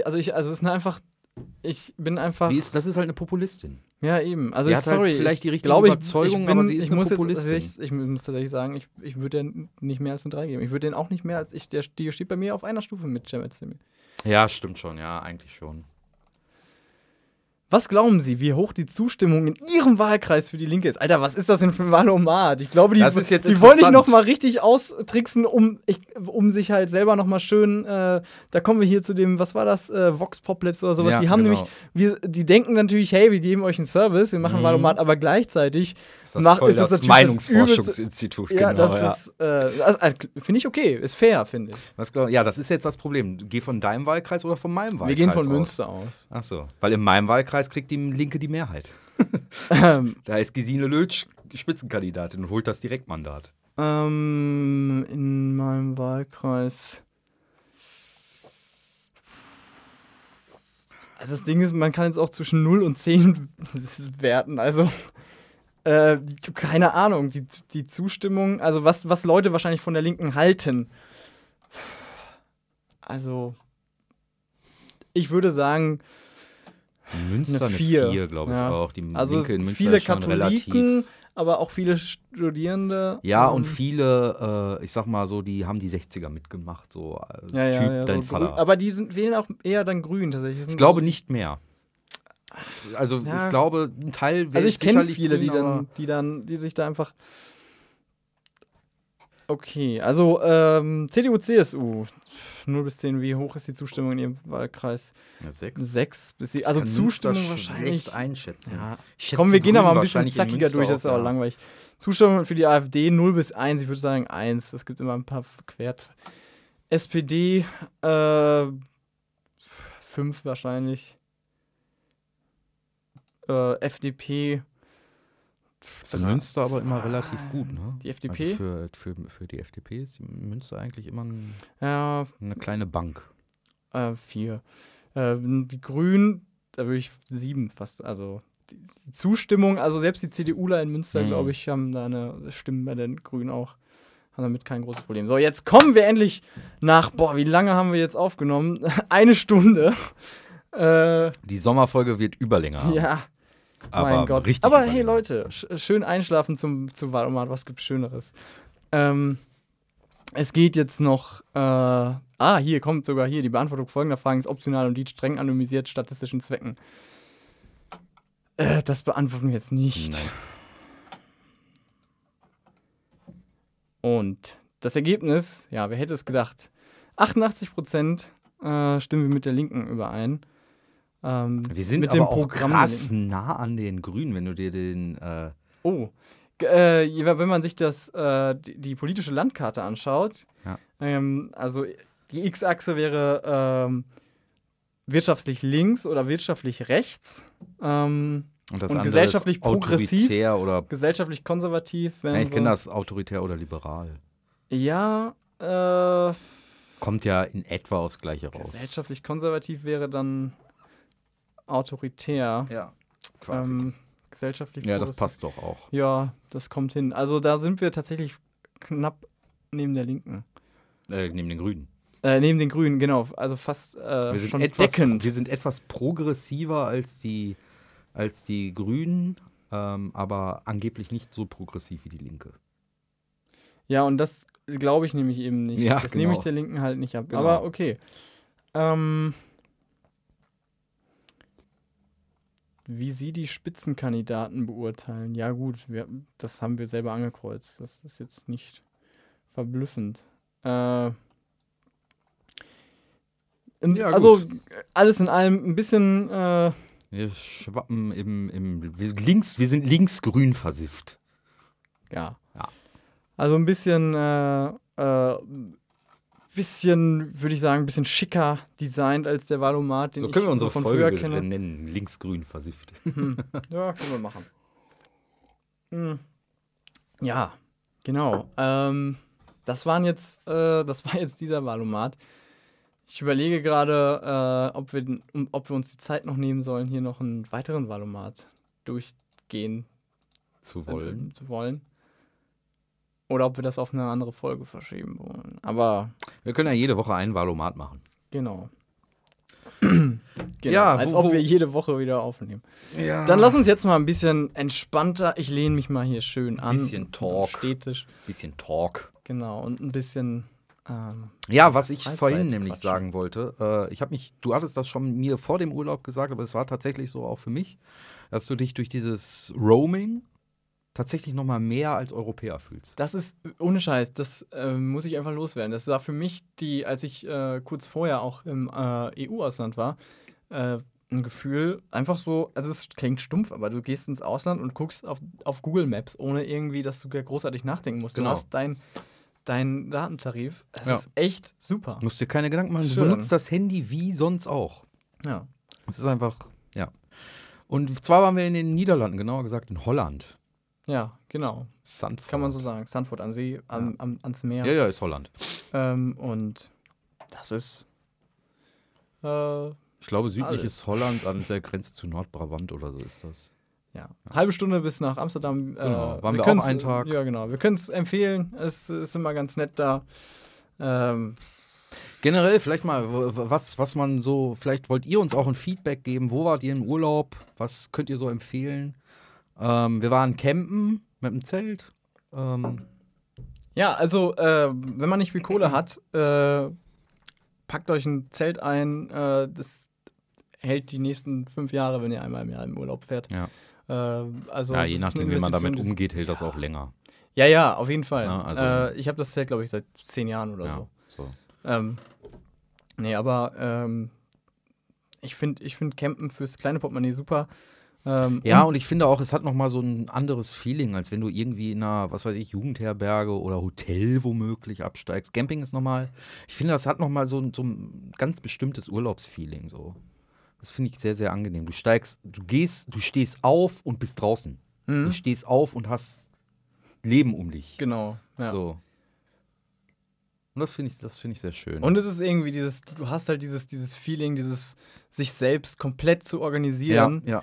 ich bin einfach. Das ist halt eine Populistin. Ja, eben. Also sie hat halt vielleicht die richtige Überzeugung, aber sie ist eine Populistin. Ich muss tatsächlich sagen, ich würde dir nicht mehr als eine 3 geben. Ich würde den auch nicht mehr als die steht bei mir auf einer Stufe mit Cem Özdemir. Ja, stimmt schon. Ja, eigentlich schon. Was glauben Sie, wie hoch die Zustimmung in Ihrem Wahlkreis für die Linke ist? Alter, was ist das denn für ein Wahlomat? Ich glaube, die wollen dich noch mal richtig austricksen, um sich halt selber noch mal schön, da kommen wir hier zu dem, was war das, Vox Poplabs oder sowas. Ja, die haben genau. nämlich, die denken natürlich, hey, wir geben euch einen Service, wir machen ein Wahlomat, aber gleichzeitig ist das natürlich Meinungsforschungsinstitut. Ja, finde ich okay, ist fair, finde ich. Das ist jetzt das Problem. Geh von deinem Wahlkreis oder von meinem Wahlkreis? Wir gehen von Münster aus. Ach so, weil in meinem Wahlkreis kriegt die Linke die Mehrheit. Da ist Gesine Lötsch Spitzenkandidatin und holt das Direktmandat. In meinem Wahlkreis. Also das Ding ist, man kann jetzt auch zwischen 0 und 10 werten. Also, keine Ahnung, die Zustimmung, also was Leute wahrscheinlich von der Linken halten. Also, ich würde sagen, Münster eine 4, glaube ich auch. Die Linke in Münster viele ist schon Katholiken, relativ. Aber auch viele Studierende. Ja, und viele, ich sag mal so, die haben die 60er mitgemacht. So Typ, dein so Vater. Aber die wählen auch eher dann grün tatsächlich. Ich glaube nicht mehr. Also ich glaube, ein Teil wählt. Also ich kenne viele, grün, die sich da einfach. Okay, also CDU, CSU, 0 bis 10, wie hoch ist die Zustimmung in Ihrem Wahlkreis? Ja, 6. 6 bis 10, also Zustimmung wahrscheinlich. Einschätzen. Ja. Komm, wir gehen da mal ein bisschen zackiger durch, das ist auch langweilig. Zustimmung für die AfD 0 bis 1, ich würde sagen 1, es gibt immer ein paar verquert. SPD 5 wahrscheinlich. FDP. Ist in Münster aber immer relativ gut, ne? Die FDP? Also für die FDP ist Münster eigentlich immer eine kleine Bank. 4. Die Grünen, da würde ich 7 fast, also die Zustimmung, also selbst die CDUler in Münster, glaube ich, haben da eine Stimme bei den Grünen auch. Haben damit kein großes Problem. So, jetzt kommen wir endlich nach, wie lange haben wir jetzt aufgenommen? 1 Stunde. Die Sommerfolge wird überlänger haben. Ja, aber mein Gott. richtig Aber überlänger. hey Leute, schön einschlafen zum Wahlomat, was gibt's Schöneres? Es geht jetzt noch, hier kommt sogar hier, die Beantwortung folgender Fragen ist optional und dient streng anonymisiert statistischen Zwecken. Das beantworten wir jetzt nicht. Nein. Und das Ergebnis, ja, wer hätte es gedacht? 88% stimmen wir mit der Linken überein. Wir sind mit aber dem auch Programm der krass Linken. nah an den Grünen, wenn du dir den Wenn man sich die politische Landkarte anschaut, Ja. also die X-Achse wäre wirtschaftlich links oder wirtschaftlich rechts. und das und andere gesellschaftlich ist progressiv. autoritär oder Gesellschaftlich konservativ. ja, ich kenne das autoritär oder liberal. Ja, Kommt ja in etwa aufs Gleiche raus. gesellschaftlich konservativ wäre dann autoritär. Ja, quasi. Gesellschaftlich Ja, das progressiv. passt doch auch. Ja, das kommt hin. Also da sind wir tatsächlich knapp neben der Linken. Neben den Grünen. Neben den Grünen, genau. Also fast Wir sind, schon etwas, deckend. wir sind etwas progressiver als die Grünen, aber angeblich nicht so progressiv wie die Linke. Ja, und das glaube ich nämlich eben nicht. Ja, das nehme ich genau. der Linken halt nicht ab. Genau. Aber okay. Wie Sie die Spitzenkandidaten beurteilen. Ja gut, das haben wir selber angekreuzt. Das ist jetzt nicht verblüffend. Ja, also gut. alles in allem ein bisschen Wir schwappen wir sind linksgrün versifft. ja. Ja. Also ein bisschen würde ich sagen, ein bisschen schicker designt als der Valomat, den So ich können wir unsere von Folge früher wieder kenne. nennen. Linksgrün versifft. Ja, können wir machen. Ja, genau. Das war jetzt dieser Valomat. Ich überlege gerade, ob wir uns die Zeit noch nehmen sollen, hier noch einen weiteren Valomat durchgehen Zu wollen. zu wollen. Oder ob wir das auf eine andere Folge verschieben wollen. Aber Wir können ja jede Woche einen Valomat machen. genau. Genau, Ja, als wo- ob wo- wir jede Woche wieder aufnehmen. Ja. Dann lass uns jetzt mal ein bisschen entspannter. Ich lehne mich mal hier schön an. Bisschen Talk. So städtisch. Bisschen Talk. Genau. Und ein bisschen. Ja, was ich Freizeit vorhin nämlich quatschen. sagen wollte, du hattest das schon mir vor dem Urlaub gesagt, aber es war tatsächlich so auch für mich, dass du dich durch dieses Roaming tatsächlich noch mal mehr als Europäer fühlst. Das ist ohne Scheiß. Das muss ich einfach loswerden. Das war für mich als ich kurz vorher auch im EU-Ausland war, ein Gefühl, einfach so, also es klingt stumpf, aber du gehst ins Ausland und guckst auf Google Maps, ohne irgendwie, dass du großartig nachdenken musst. Genau. Du hast deinen Datentarif. Es Ja. ist echt super. Du musst dir keine Gedanken machen, du Schön. benutzt das Handy wie sonst auch. Ja. Es ist einfach, ja. Und zwar waren wir in den Niederlanden, genauer gesagt in Holland. Ja, genau. Sandford. Kann man so sagen. Sanford an See, ans Meer. Ja, ist Holland. Und das ist. Ich glaube, südlich Alles. ist Holland an der Grenze zu Nordbrabant oder so ist das. Ja. Halbe Stunde bis nach Amsterdam. Genau. Waren wir auch können's- einen Tag. Ja, genau. Wir können es empfehlen. Es ist immer ganz nett da. Generell vielleicht mal, was man so, vielleicht wollt ihr uns auch ein Feedback geben. Wo wart ihr im Urlaub? Was könnt ihr so empfehlen? Wir waren campen mit dem Zelt. Ja, also, wenn man nicht viel Kohle hat, packt euch ein Zelt ein. Das hält die nächsten 5 Jahre, wenn ihr einmal im Jahr im Urlaub fährt. Ja. Also, Ja, das je ist nachdem, eine wie man damit Investition, umgeht, hält das auch länger. Ja, auf jeden Fall. Ja, also- Ich habe das Zelt, glaube ich, seit 10 Jahren oder Ja, so. so. Nee, aber ich find Campen fürs kleine Portemonnaie super. Ja, und ich finde auch, es hat noch mal so ein anderes Feeling, als wenn du irgendwie in einer, was weiß ich, Jugendherberge oder Hotel womöglich absteigst. Camping ist nochmal, ich finde, das hat noch mal so ein ganz bestimmtes Urlaubsfeeling so. Das finde ich sehr, sehr angenehm. Du stehst auf und bist draußen. Du stehst auf und hast Leben um dich. Genau. Ja. So. Und das finde ich sehr schön. Und es ist irgendwie du hast halt dieses Feeling, sich selbst komplett zu organisieren. ja.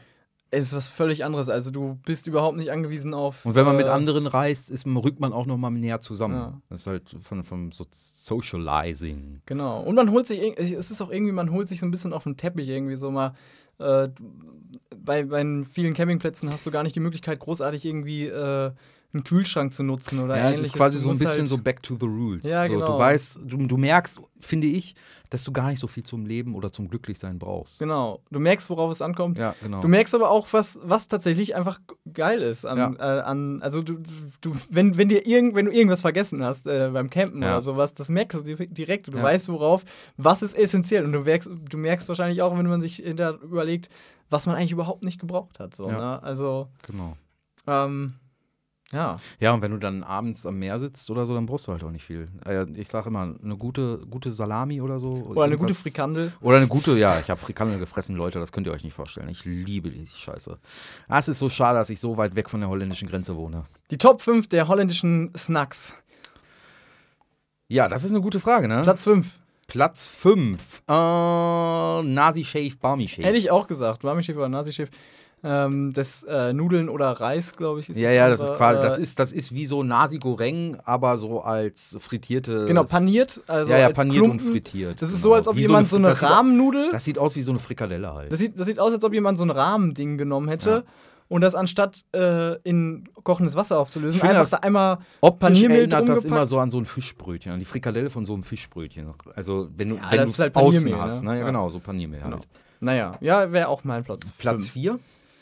ist was völlig anderes. Also du bist überhaupt nicht angewiesen auf. Und wenn man mit anderen reist, rückt man auch noch mal näher zusammen. Ja. Das ist halt vom Socializing. Genau. Und man holt sich, es ist auch irgendwie, man holt sich so ein bisschen auf den Teppich irgendwie so mal. Bei vielen Campingplätzen hast du gar nicht die Möglichkeit, großartig irgendwie einen Kühlschrank zu nutzen oder ähnliches. Es ist quasi Du so ein musst bisschen halt, so back to the rules. Ja, so, genau. Du weißt, du merkst, finde ich, dass du gar nicht so viel zum Leben oder zum Glücklichsein brauchst. Genau. Du merkst, worauf es ankommt. Ja, genau. Du merkst aber auch, was tatsächlich einfach geil ist. Also wenn du irgendwas vergessen hast beim Campen oder sowas, das merkst du direkt. Du weißt, was ist essentiell. Und du merkst wahrscheinlich auch, wenn man sich überlegt, was man eigentlich überhaupt nicht gebraucht hat. So, ne? Also, genau. Ja. Ja, und wenn du dann abends am Meer sitzt oder so, dann brauchst du halt auch nicht viel. Ich sage immer, eine gute Salami oder so. Oder eine gute Frikandel. Oder eine gute, ja, ich habe Frikandel gefressen, Leute, das könnt ihr euch nicht vorstellen. Ich liebe die Scheiße. Es ist so schade, dass ich so weit weg von der holländischen Grenze wohne. Die Top 5 der holländischen Snacks. Ja, das ist eine gute Frage, ne? Platz 5. Platz 5. Nasi-Shave, Barmi-Shave. Hätte ich auch gesagt. Barmi-Shave oder Nasi-Shave. Das Nudeln oder Reis, glaube ich, ist Ja, das ist quasi, das ist wie so Nasi Goreng, aber so als frittierte. Genau, paniert. Also ja, als paniert Klumpen. und frittiert. Das ist so, als ob jemand so eine Rahmennudel. Das sieht aus wie so eine Frikadelle halt. Das sieht aus, als ob jemand so ein Rahmending genommen hätte und das anstatt in kochendes Wasser aufzulösen, einfach da einmal Paniermehl drum das gepackt. immer so an so ein Fischbrötchen, an die Frikadelle von so einem Fischbrötchen. Also wenn du es es halt außen Paniermehl, hast. ne? Ne? Ja, genau, so Paniermehl halt. Naja, ja, wäre auch mein Platz. Platz 4?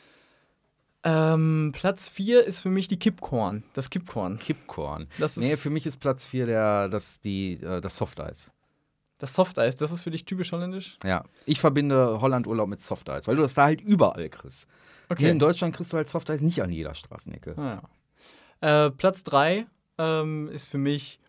Platz 4 ist für mich das Kippkorn. Kippkorn. Nee, für mich ist Platz 4 das Softeis. Das Softeis, das ist für dich typisch holländisch? Ja, ich verbinde Hollandurlaub mit Softeis, weil du das da halt überall kriegst. Okay. Hier in Deutschland kriegst du halt Softeis nicht an jeder Straßenecke. Platz 3 ist für mich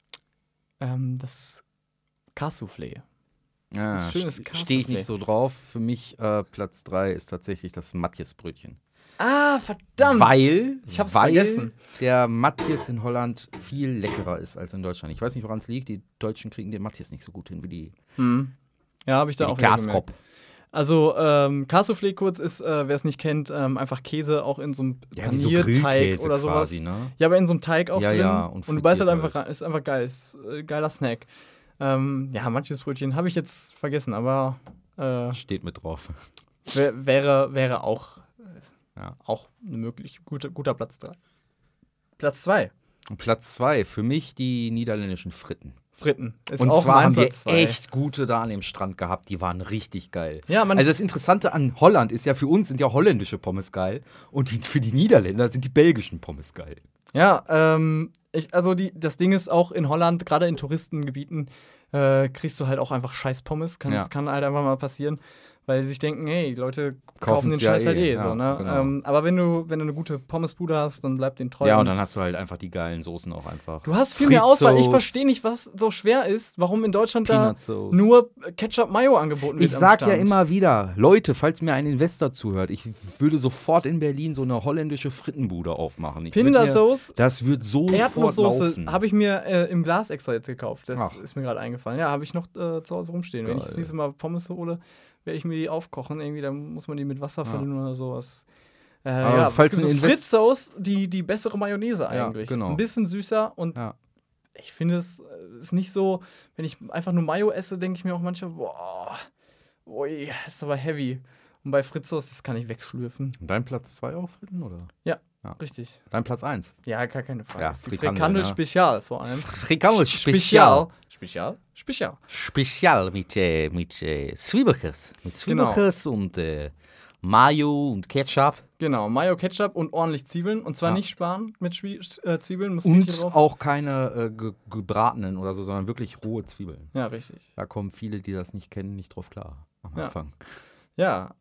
das Cassoufflé. Ja, schönes stehe ich nicht so drauf. Für mich Platz 3 ist tatsächlich das Matjesbrötchen. Ah, verdammt! Weil vergessen. Der Matjes in Holland viel leckerer ist als in Deutschland. Ich weiß nicht, woran es liegt. Die Deutschen kriegen den Matjes nicht so gut hin wie die. Ja, habe ich da auch wieder gemerkt. Also, Cassoufflé kurz ist, wer es nicht kennt, einfach Käse auch in so einem Panierteig so oder sowas. Quasi, ne? Ja, aber in so einem Teig auch drin. Ja, und du beißt halt einfach rein. Ist einfach geil. Ist geiler Snack. Manches Brötchen habe ich jetzt vergessen, aber steht mit drauf. Wäre auch eine möglich guter Platz 3. Platz 2. Und Platz 2, für mich die niederländischen Fritten. Ist und auch zwar mein haben wir Platz 2. echt gute da an dem Strand gehabt, die waren richtig geil. Ja, also das Interessante an Holland ist ja, für uns sind ja holländische Pommes geil und für die Niederländer sind die belgischen Pommes geil. Ja, das Ding ist auch in Holland, gerade in Touristengebieten, kriegst du halt auch einfach scheiß Pommes. Kann halt einfach mal passieren, weil sie sich denken, hey, die Leute kaufen den Scheiß halt eh. So, ne? Genau. Aber wenn du eine gute Pommesbude hast, dann bleibt den treu. Ja, und dann hast du halt einfach die geilen Soßen auch einfach. Du hast viel mehr Auswahl. Ich verstehe nicht, was so schwer ist, warum in Deutschland da nur Ketchup-Mayo angeboten wird. Ich sag ja immer wieder, Leute, falls mir ein Investor zuhört, ich würde sofort in Berlin so eine holländische Frittenbude aufmachen. Pindasoße. Das wird so Erdnusssoße habe ich mir im Glas extra jetzt gekauft. Das ist mir gerade eingefallen. Ja, habe ich noch zu Hause rumstehen. Geil. Wenn ich das nächste Mal Pommes hole, werde ich mir die aufkochen. Irgendwie, dann muss man die mit Wasser füllen oder sowas. Falls so Fritzauce, die bessere Mayonnaise eigentlich. Ja, genau. Ein bisschen süßer und ich finde, es ist nicht so, wenn ich einfach nur Mayo esse, denke ich mir auch manchmal, boah, ui, das ist aber heavy. Und bei Fritzauce, das kann ich wegschlürfen. Und dein Platz 2 auch, Fritten, oder? Ja, richtig. Dein Platz 1? Ja, gar keine Frage. Ja, das ist die Frikandel Spezial vor allem. Frikandel Spezial. Spezial mit Zwiebelches. Mit Zwiebelches und Mayo und Ketchup. Genau, Mayo, Ketchup und ordentlich Zwiebeln. Und zwar nicht sparen mit Zwiebeln. Und drauf. Auch keine gebratenen oder so, sondern wirklich rohe Zwiebeln. Ja, richtig. Da kommen viele, die das nicht kennen, nicht drauf klar am Anfang. Ja,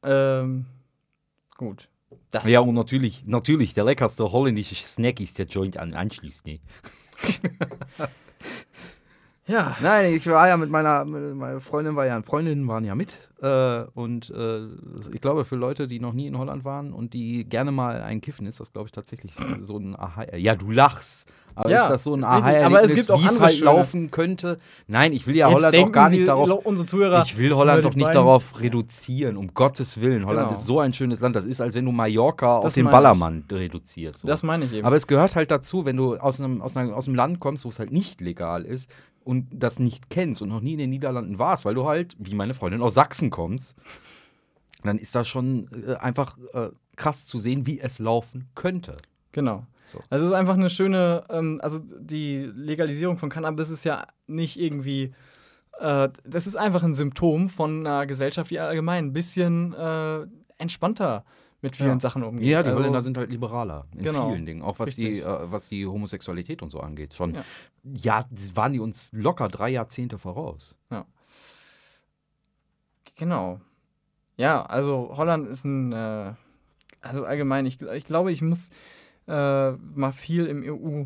gut. Und natürlich, der leckerste holländische Snack ist der Joint an Anschluss, ne? Ja. Nein, ich war ja mit meine Freundin Freundinnen waren ja mit. Ich glaube, für Leute, die noch nie in Holland waren und die gerne mal einen kiffen, ist das, glaube ich, tatsächlich so ein Aha. Ja, du lachst. Aber Ja, ist das so ein richtig. Aha-Erlebnis, Aber es gibt auch wie es andere halt schöne. laufen könnte? Nein, ich will ja Jetzt Holland auch denken gar nicht die darauf. unsere Zuhörer. Ich will Holland die doch nicht beiden- darauf reduzieren, um Gottes Willen. Holland Genau. ist so ein schönes Land. Das ist, als wenn du Mallorca auf Das den meine Ballermann reduzierst. So. Das meine ich eben. Aber es gehört halt dazu, wenn du aus einem Land kommst, wo es halt nicht legal ist und das nicht kennst und noch nie in den Niederlanden warst, weil du halt, wie meine Freundin, aus Sachsen kommst, dann ist das schon einfach krass zu sehen, wie es laufen könnte. Genau. So. Also es ist einfach eine schöne, also die Legalisierung von Cannabis ist ja nicht irgendwie, das ist einfach ein Symptom von einer Gesellschaft, die allgemein ein bisschen entspannter mit vielen Sachen umgeht. Ja, die also, Holländer sind halt liberaler in Genau. vielen Dingen, auch was die Homosexualität und so angeht. Schon, Ja. waren die uns locker 3 Jahrzehnte voraus. Genau. Ja, also Holland ist ein, also allgemein, ich glaube, ich muss mal viel im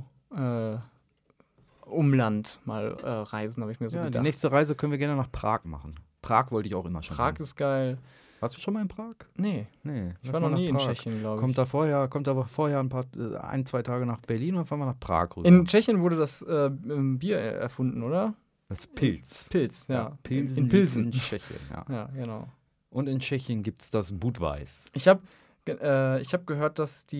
EU-Umland mal reisen, habe ich mir so Ja, die gedacht. nächste Reise können wir gerne nach Prag machen. Prag wollte ich auch immer schon. Prag ist geil. Warst du schon mal in Prag? Nee, Nee. ich war noch nie in Tschechien, glaube ich. Kommt aber vorher 1-2 Tage nach Berlin und dann fahren wir nach Prag rüber. In Tschechien wurde das Bier erfunden, oder? Das Pilz. Das Pilz, ja. Pilsen In Pilsen. In Tschechien, ja. Ja, genau. Und in Tschechien gibt es das Budweis. Ich hab gehört, dass es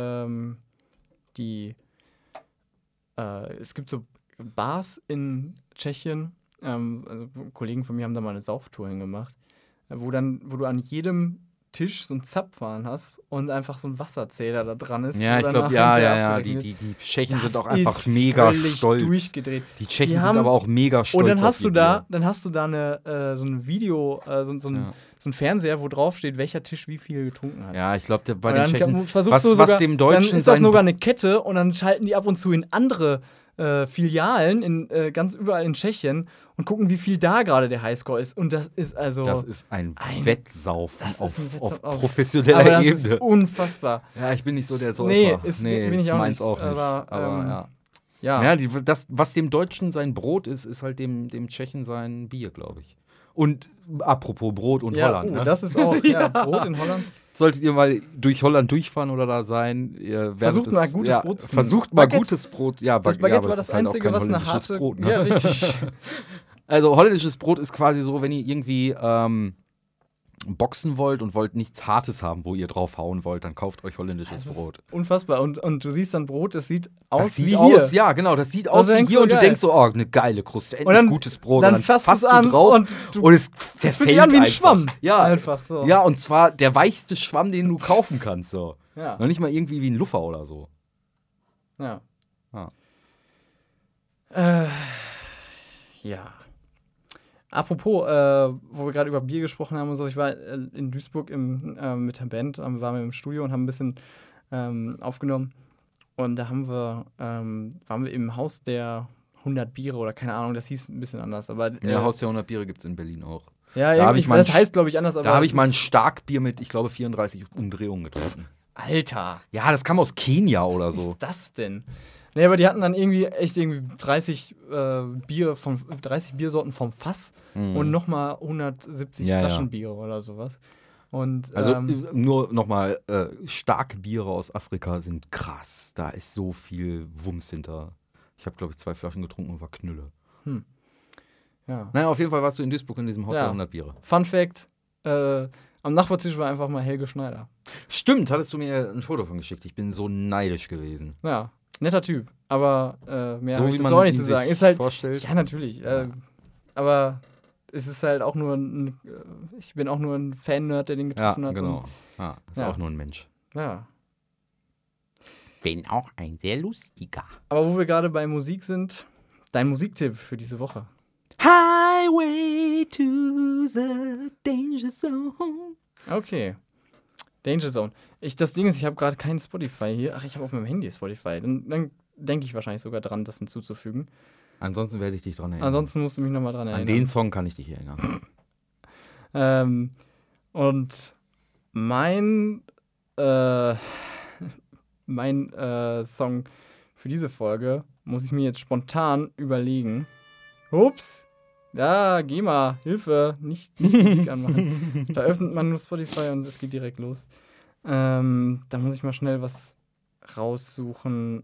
gibt so Bars in Tschechien, also Kollegen von mir haben da mal eine Sauftour hingemacht, wo du an jedem Tisch so einen Zapfhahn hast und einfach so ein Wasserzähler da dran ist. Ja, wo ich danach glaube, ja. hinterher Die Tschechen Das sind auch einfach ist mega völlig stolz. durchgedreht. Die Tschechen Die sind haben- aber auch mega stolz. Und dann auf ihr Bier. hast du da so ein Video, so ein Fernseher, wo drauf steht, welcher Tisch wie viel getrunken hat. Ja, ich glaube, bei Und den dann Tschechen. versuchst du sogar, was dem Deutschen dann ist das sein- sogar eine Kette und dann schalten die ab und zu in andere Filialen in ganz überall in Tschechien und gucken, wie viel da gerade der Highscore ist. Und das ist also. Das ist ein Wettsaufen Das auf, ist ein Wettsaufen auf auf- professioneller aber das Ebene. ist unfassbar. Ja, ich bin nicht so der Säufer. Nee, bin ich ist auch meins nicht, auch nicht. aber, ja. Ja. Ja, was dem Deutschen sein Brot ist halt dem Tschechen sein Bier, glaube ich. Und apropos Brot und Ja, Holland. Ne? das ist auch Brot in Holland. Solltet ihr mal durch Holland durchfahren oder da sein, ihr werdet Versucht mal gutes Brot zu finden. Versucht mal Baguette. gutes Brot. Ja, Das ja, Baguette aber war es das ist halt auch Einzige, kein was eine holländisches harte. Brot, ne? Ja, richtig. Also holländisches Brot ist quasi so, wenn ihr irgendwie boxen wollt und wollt nichts Hartes haben, wo ihr drauf hauen wollt, dann kauft euch holländisches Das Brot. ist unfassbar. Und du siehst dann Brot, das sieht aus Das sieht wie aus, hier. ja, genau, das sieht aus wie denkst hier du, und du geil. denkst so, oh, eine geile Kruste, endlich dann- gutes Brot. dann und fasst fasst du's du an drauf und es Das zerfällt fühlt sich an wie ein einfach. Schwamm. Ja, Einfach so. ja, und zwar der weichste Schwamm, den du kaufen kannst. So. Ja. Noch nicht mal irgendwie wie ein Luffer oder so. Ja. Ja. Ja. Apropos, wo wir gerade über Bier gesprochen haben und so, ich war in Duisburg mit der Band, waren wir im Studio und haben ein bisschen aufgenommen. Und da waren wir im Haus der 100 Biere oder keine Ahnung, das hieß ein bisschen anders. Aber, Ja, Haus der 100 Biere gibt es in Berlin auch. Ja, Da hab irgendwie, ich mal das ein heißt, glaube ich, anders. Aber Da habe es ich mal ein ist- Starkbier mit, ich glaube, 34 Umdrehungen getrunken. Alter, Ja, das kam aus Kenia oder was so. ist das denn? Nee, aber die hatten dann irgendwie 30 Biersorten vom Fass und nochmal 170 Ja, ja. Flaschen Bier oder sowas. Und Also nur nochmal, Starkbiere aus Afrika sind krass. Da ist so viel Wumms hinter. Ich habe, glaube ich, 2 Flaschen getrunken und war Knülle. ja. Naja, auf jeden Fall warst du in Duisburg in diesem Haus Ja. der 100 Biere. Fun Fact: Am Nachbartisch war einfach mal Helge Schneider. Stimmt, hattest du mir ein Foto von geschickt. Ich bin so neidisch gewesen. Ja, netter Typ. Aber mehr So habe wie ich man dazu auch nicht ihn zu sich sagen. Ist halt, vorstellt. ja, natürlich. Aber es ist halt auch nur ich bin auch nur ein Fan-Nerd, der den Ja, getroffen hat. genau. Ja, ist Ja. auch nur ein Mensch. Und, ja. Wenn auch ein sehr lustiger. Aber wo wir gerade bei Musik sind, dein Musiktipp für diese Woche. Highway to the Danger Zone. Okay. Danger Zone. Das Ding ist, ich habe gerade kein Spotify hier. Ach, ich habe auf meinem Handy Spotify. Dann denke ich wahrscheinlich sogar dran, das hinzuzufügen. Ansonsten werde ich dich dran erinnern. Ansonsten musst du mich nochmal dran An erinnern. den Song kann ich dich erinnern. Und mein Song für diese Folge muss ich mir jetzt spontan überlegen. Ups. Ja, geh mal. Hilfe. Nicht Musik anmachen. Da öffnet man nur Spotify und es geht direkt los. Da muss ich mal schnell was raussuchen.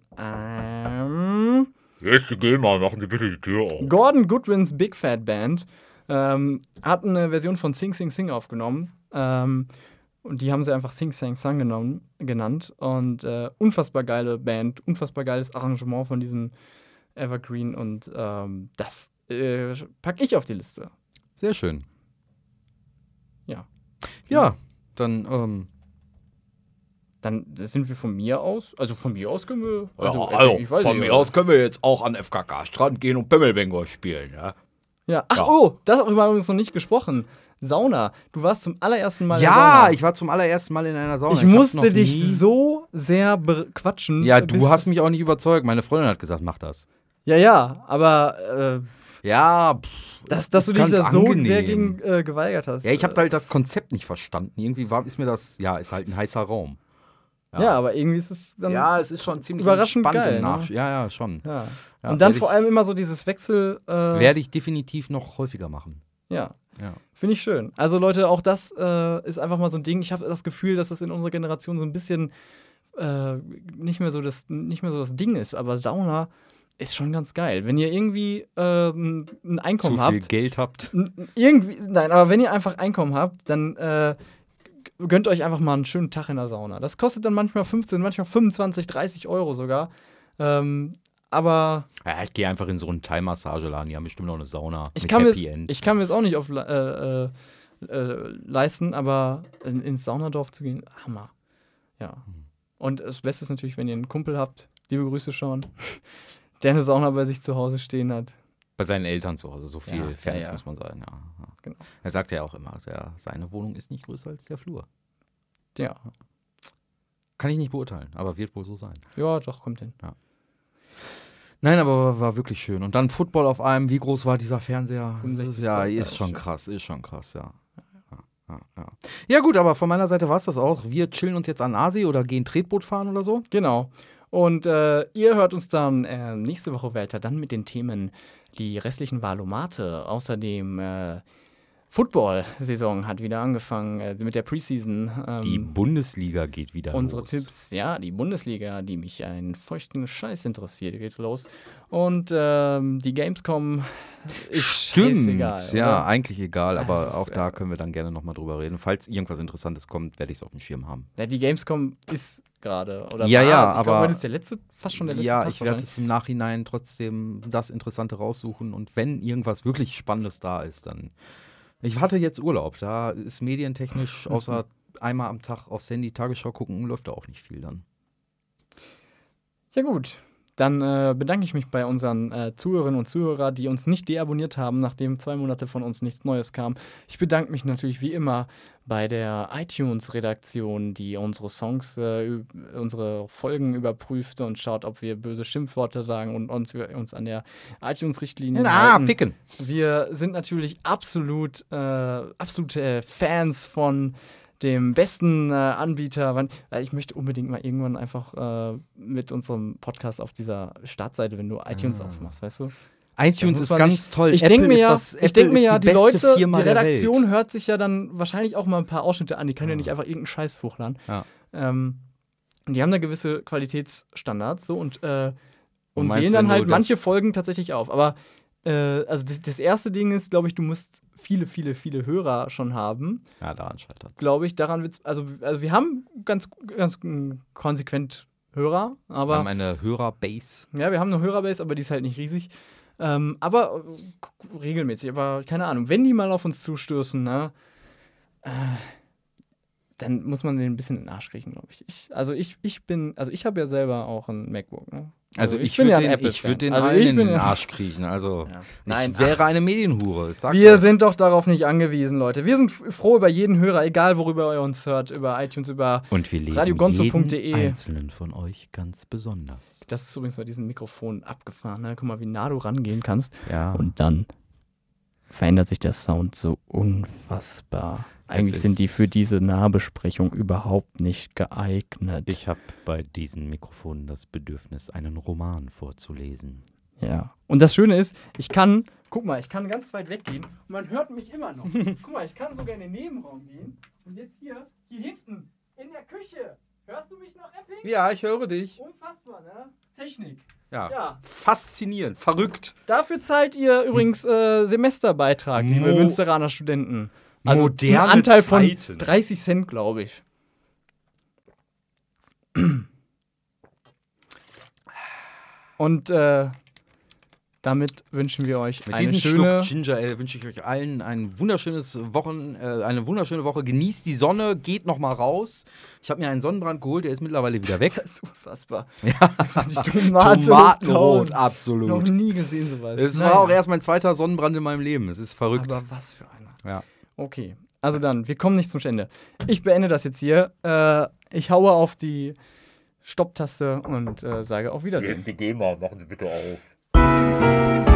Jetzt geh mal, machen Sie bitte die Tür auf. Gordon Goodwins Big Fat Band hat eine Version von Sing Sing Sing aufgenommen. Und die haben sie einfach Sing Sang Sang genannt. Und unfassbar geile Band, unfassbar geiles Arrangement von diesem Evergreen. Und das packe ich auf die Liste. Sehr schön. Ja. Ja, dann, Dann sind wir von mir aus. Also von mir aus können wir. Also, von mir aus können wir jetzt auch an FKK-Strand gehen und Pimmelbingo spielen, ja? Ja. Ach, Ja. oh, darüber haben wir uns noch nicht gesprochen. Sauna. Du warst zum allerersten Mal in der Ja, Sauna. ich war zum allerersten Mal in einer Sauna. Ich hab's musste noch dich nie- so sehr quatschen. Ja, bis du hast es- mich auch nicht überzeugt. Meine Freundin hat gesagt, mach das. Ja, aber Ja, dass das du ist dich da ganz so angenehm. sehr gegen geweigert hast. Ja, ich habe halt das Konzept nicht verstanden. Irgendwie ist mir das, ja, ist halt ein heißer Raum. Ja, aber irgendwie ist es dann. Ja, es ist schon ziemlich überraschend entspannt geil, im ne? Nachsch- Ja, schon. Ja. Ja, Und dann werd vor ich- allem immer so dieses Wechsel. Werde ich definitiv noch häufiger machen. Ja. Ja. Finde ich schön. Also Leute, auch das ist einfach mal so ein Ding. Ich habe das Gefühl, dass das in unserer Generation so ein bisschen nicht mehr so das Ding ist. Aber Sauna ist schon ganz geil. Wenn ihr irgendwie ein Einkommen Zu viel habt. Geld habt. Nein, aber wenn ihr einfach Einkommen habt, dann gönnt euch einfach mal einen schönen Tag in der Sauna. Das kostet dann manchmal 15, manchmal 25, 30 Euro sogar. Aber Ja, ich gehe einfach in so einen Thai-Massageladen. Die haben bestimmt noch eine Sauna ich mit kann Happy End. mir es auch nicht leisten, aber ins Saunadorf zu gehen, Hammer. Ja. Und das Beste ist natürlich, wenn ihr einen Kumpel habt, liebe Grüße Sean, der eine Sauna bei sich zu Hause stehen hat. Bei seinen Eltern zu Hause, so viel Ja, Fairness ja. muss man sagen. Ja. Genau. Er sagt ja auch immer, also seine Wohnung ist nicht größer als der Flur. Ja. Kann ich nicht beurteilen, aber wird wohl so sein. Ja, doch, kommt hin. Nein, aber war wirklich schön. Und dann Football auf einem, wie groß war dieser Fernseher? 65 Ja, Zoll, ja, ist schon schön. krass, ja. Ja gut, aber von meiner Seite war es das auch. Wir chillen uns jetzt an Asi oder gehen Tretboot fahren oder so. Genau. Und ihr hört uns dann nächste Woche weiter, dann mit den Themen die restlichen Wahlomate. Außerdem Football-Saison hat wieder angefangen mit der Preseason. Die Bundesliga geht wieder Unsere los. Tipps, ja, die Bundesliga, die mich einen feuchten Scheiß interessiert, geht los. Und die Gamescom ist scheißegal. Ja, oder? eigentlich egal, aber ist, auch da können wir dann gerne nochmal drüber reden. Falls irgendwas Interessantes kommt, werde ich es auf dem Schirm haben. Ja, die Gamescom ist gerade, oder Ja, war, ja, ich aber- glaube, heute ist fast schon der letzte Ja, Tag ich werde wahrscheinlich. es im Nachhinein trotzdem das Interessante raussuchen und wenn irgendwas wirklich Spannendes da ist, dann. Ich hatte jetzt Urlaub, da ist medientechnisch außer einmal am Tag aufs Handy Tagesschau gucken, läuft da auch nicht viel dann. Ja gut, dann bedanke ich mich bei unseren Zuhörerinnen und Zuhörern, die uns nicht deabonniert haben, nachdem 2 Monate von uns nichts Neues kam. Ich bedanke mich natürlich wie immer bei der iTunes-Redaktion, die unsere Songs, unsere Folgen überprüft und schaut, ob wir böse Schimpfworte sagen und uns an der iTunes-Richtlinie halten. ficken. Wir sind natürlich absolute Fans von dem besten Anbieter. Weil ich möchte unbedingt mal irgendwann einfach mit unserem Podcast auf dieser Startseite, wenn du iTunes aufmachst, weißt du? iTunes muss ist man ganz toll. Ich Apple denke mir ist ja, das- ich Apple denk mir ist ja, die die beste Leute, Firma die der Redaktion hört sich ja dann wahrscheinlich auch mal ein paar Ausschnitte an. Die können ja nicht einfach irgendeinen Scheiß hochladen. Ja. Die haben da gewisse Qualitätsstandards so und meinst, wählen dann wenn halt du manche das- Folgen tatsächlich auf. Aber also das erste Ding ist, glaube ich, du musst viele Hörer schon haben. Ja, daran scheitert Glaube ich, daran wird's. Also wir haben ganz konsequent Hörer, Wir aber haben eine Hörerbase. ja, wir haben eine Hörerbase, aber die ist halt nicht riesig. Aber regelmäßig, aber keine Ahnung, wenn die mal auf uns zustößen, ne, dann muss man den ein bisschen in den Arsch kriechen, glaube ich. Ich habe ja selber auch ein MacBook, ne? Also ich bin würde ja ein den, Apple-Fan. ich würd den Also allen ich in bin den ja- Arsch kriechen. Also Ja. ich Nein, wäre eine Medienhure. Ich sag's Wir euch. sind doch darauf nicht angewiesen, Leute. Wir sind froh über jeden Hörer, egal worüber ihr uns hört, über iTunes, über. Und wir lieben radiogonzo.de. jeden einzelnen von euch ganz besonders. Das ist übrigens bei diesem Mikrofon abgefahren, ne? Guck mal, wie nah du rangehen kannst. Ja. Und dann verändert sich der Sound so unfassbar. Eigentlich sind die für diese Nahbesprechung überhaupt nicht geeignet. Ich habe bei diesen Mikrofonen das Bedürfnis, einen Roman vorzulesen. Ja. Und das Schöne ist, ich kann Guck mal, ich kann ganz weit weggehen und man hört mich immer noch. Guck mal, ich kann sogar in den Nebenraum gehen und jetzt hier hinten, in der Küche. Hörst du mich noch, Epping? Ja, ich höre dich. Unfassbar, ne? Technik. Ja. Ja. Faszinierend, verrückt. Dafür zahlt ihr übrigens Semesterbeitrag, liebe Münsteraner Studenten. Also moderne einen Anteil von Zeiten. 30 Cent, glaube ich. Und damit wünschen wir euch Mit eine diesem schöne... Schluck Ginger Ale wünsche ich euch allen ein wunderschönes eine wunderschöne Woche. Genießt die Sonne, geht noch mal raus. Ich habe mir einen Sonnenbrand geholt, der ist mittlerweile wieder weg. Das ist unfassbar. Ja. Tomatenrot, absolut. Noch nie gesehen sowas. Es war auch erst mein zweiter Sonnenbrand in meinem Leben. Es ist verrückt. Aber was für einer. Ja. Okay, also dann, wir kommen nicht zum Ende. Ich beende das jetzt hier. Ich haue auf die Stopptaste und sage auf Wiedersehen. Hier ist die GEMA, machen Sie bitte auf.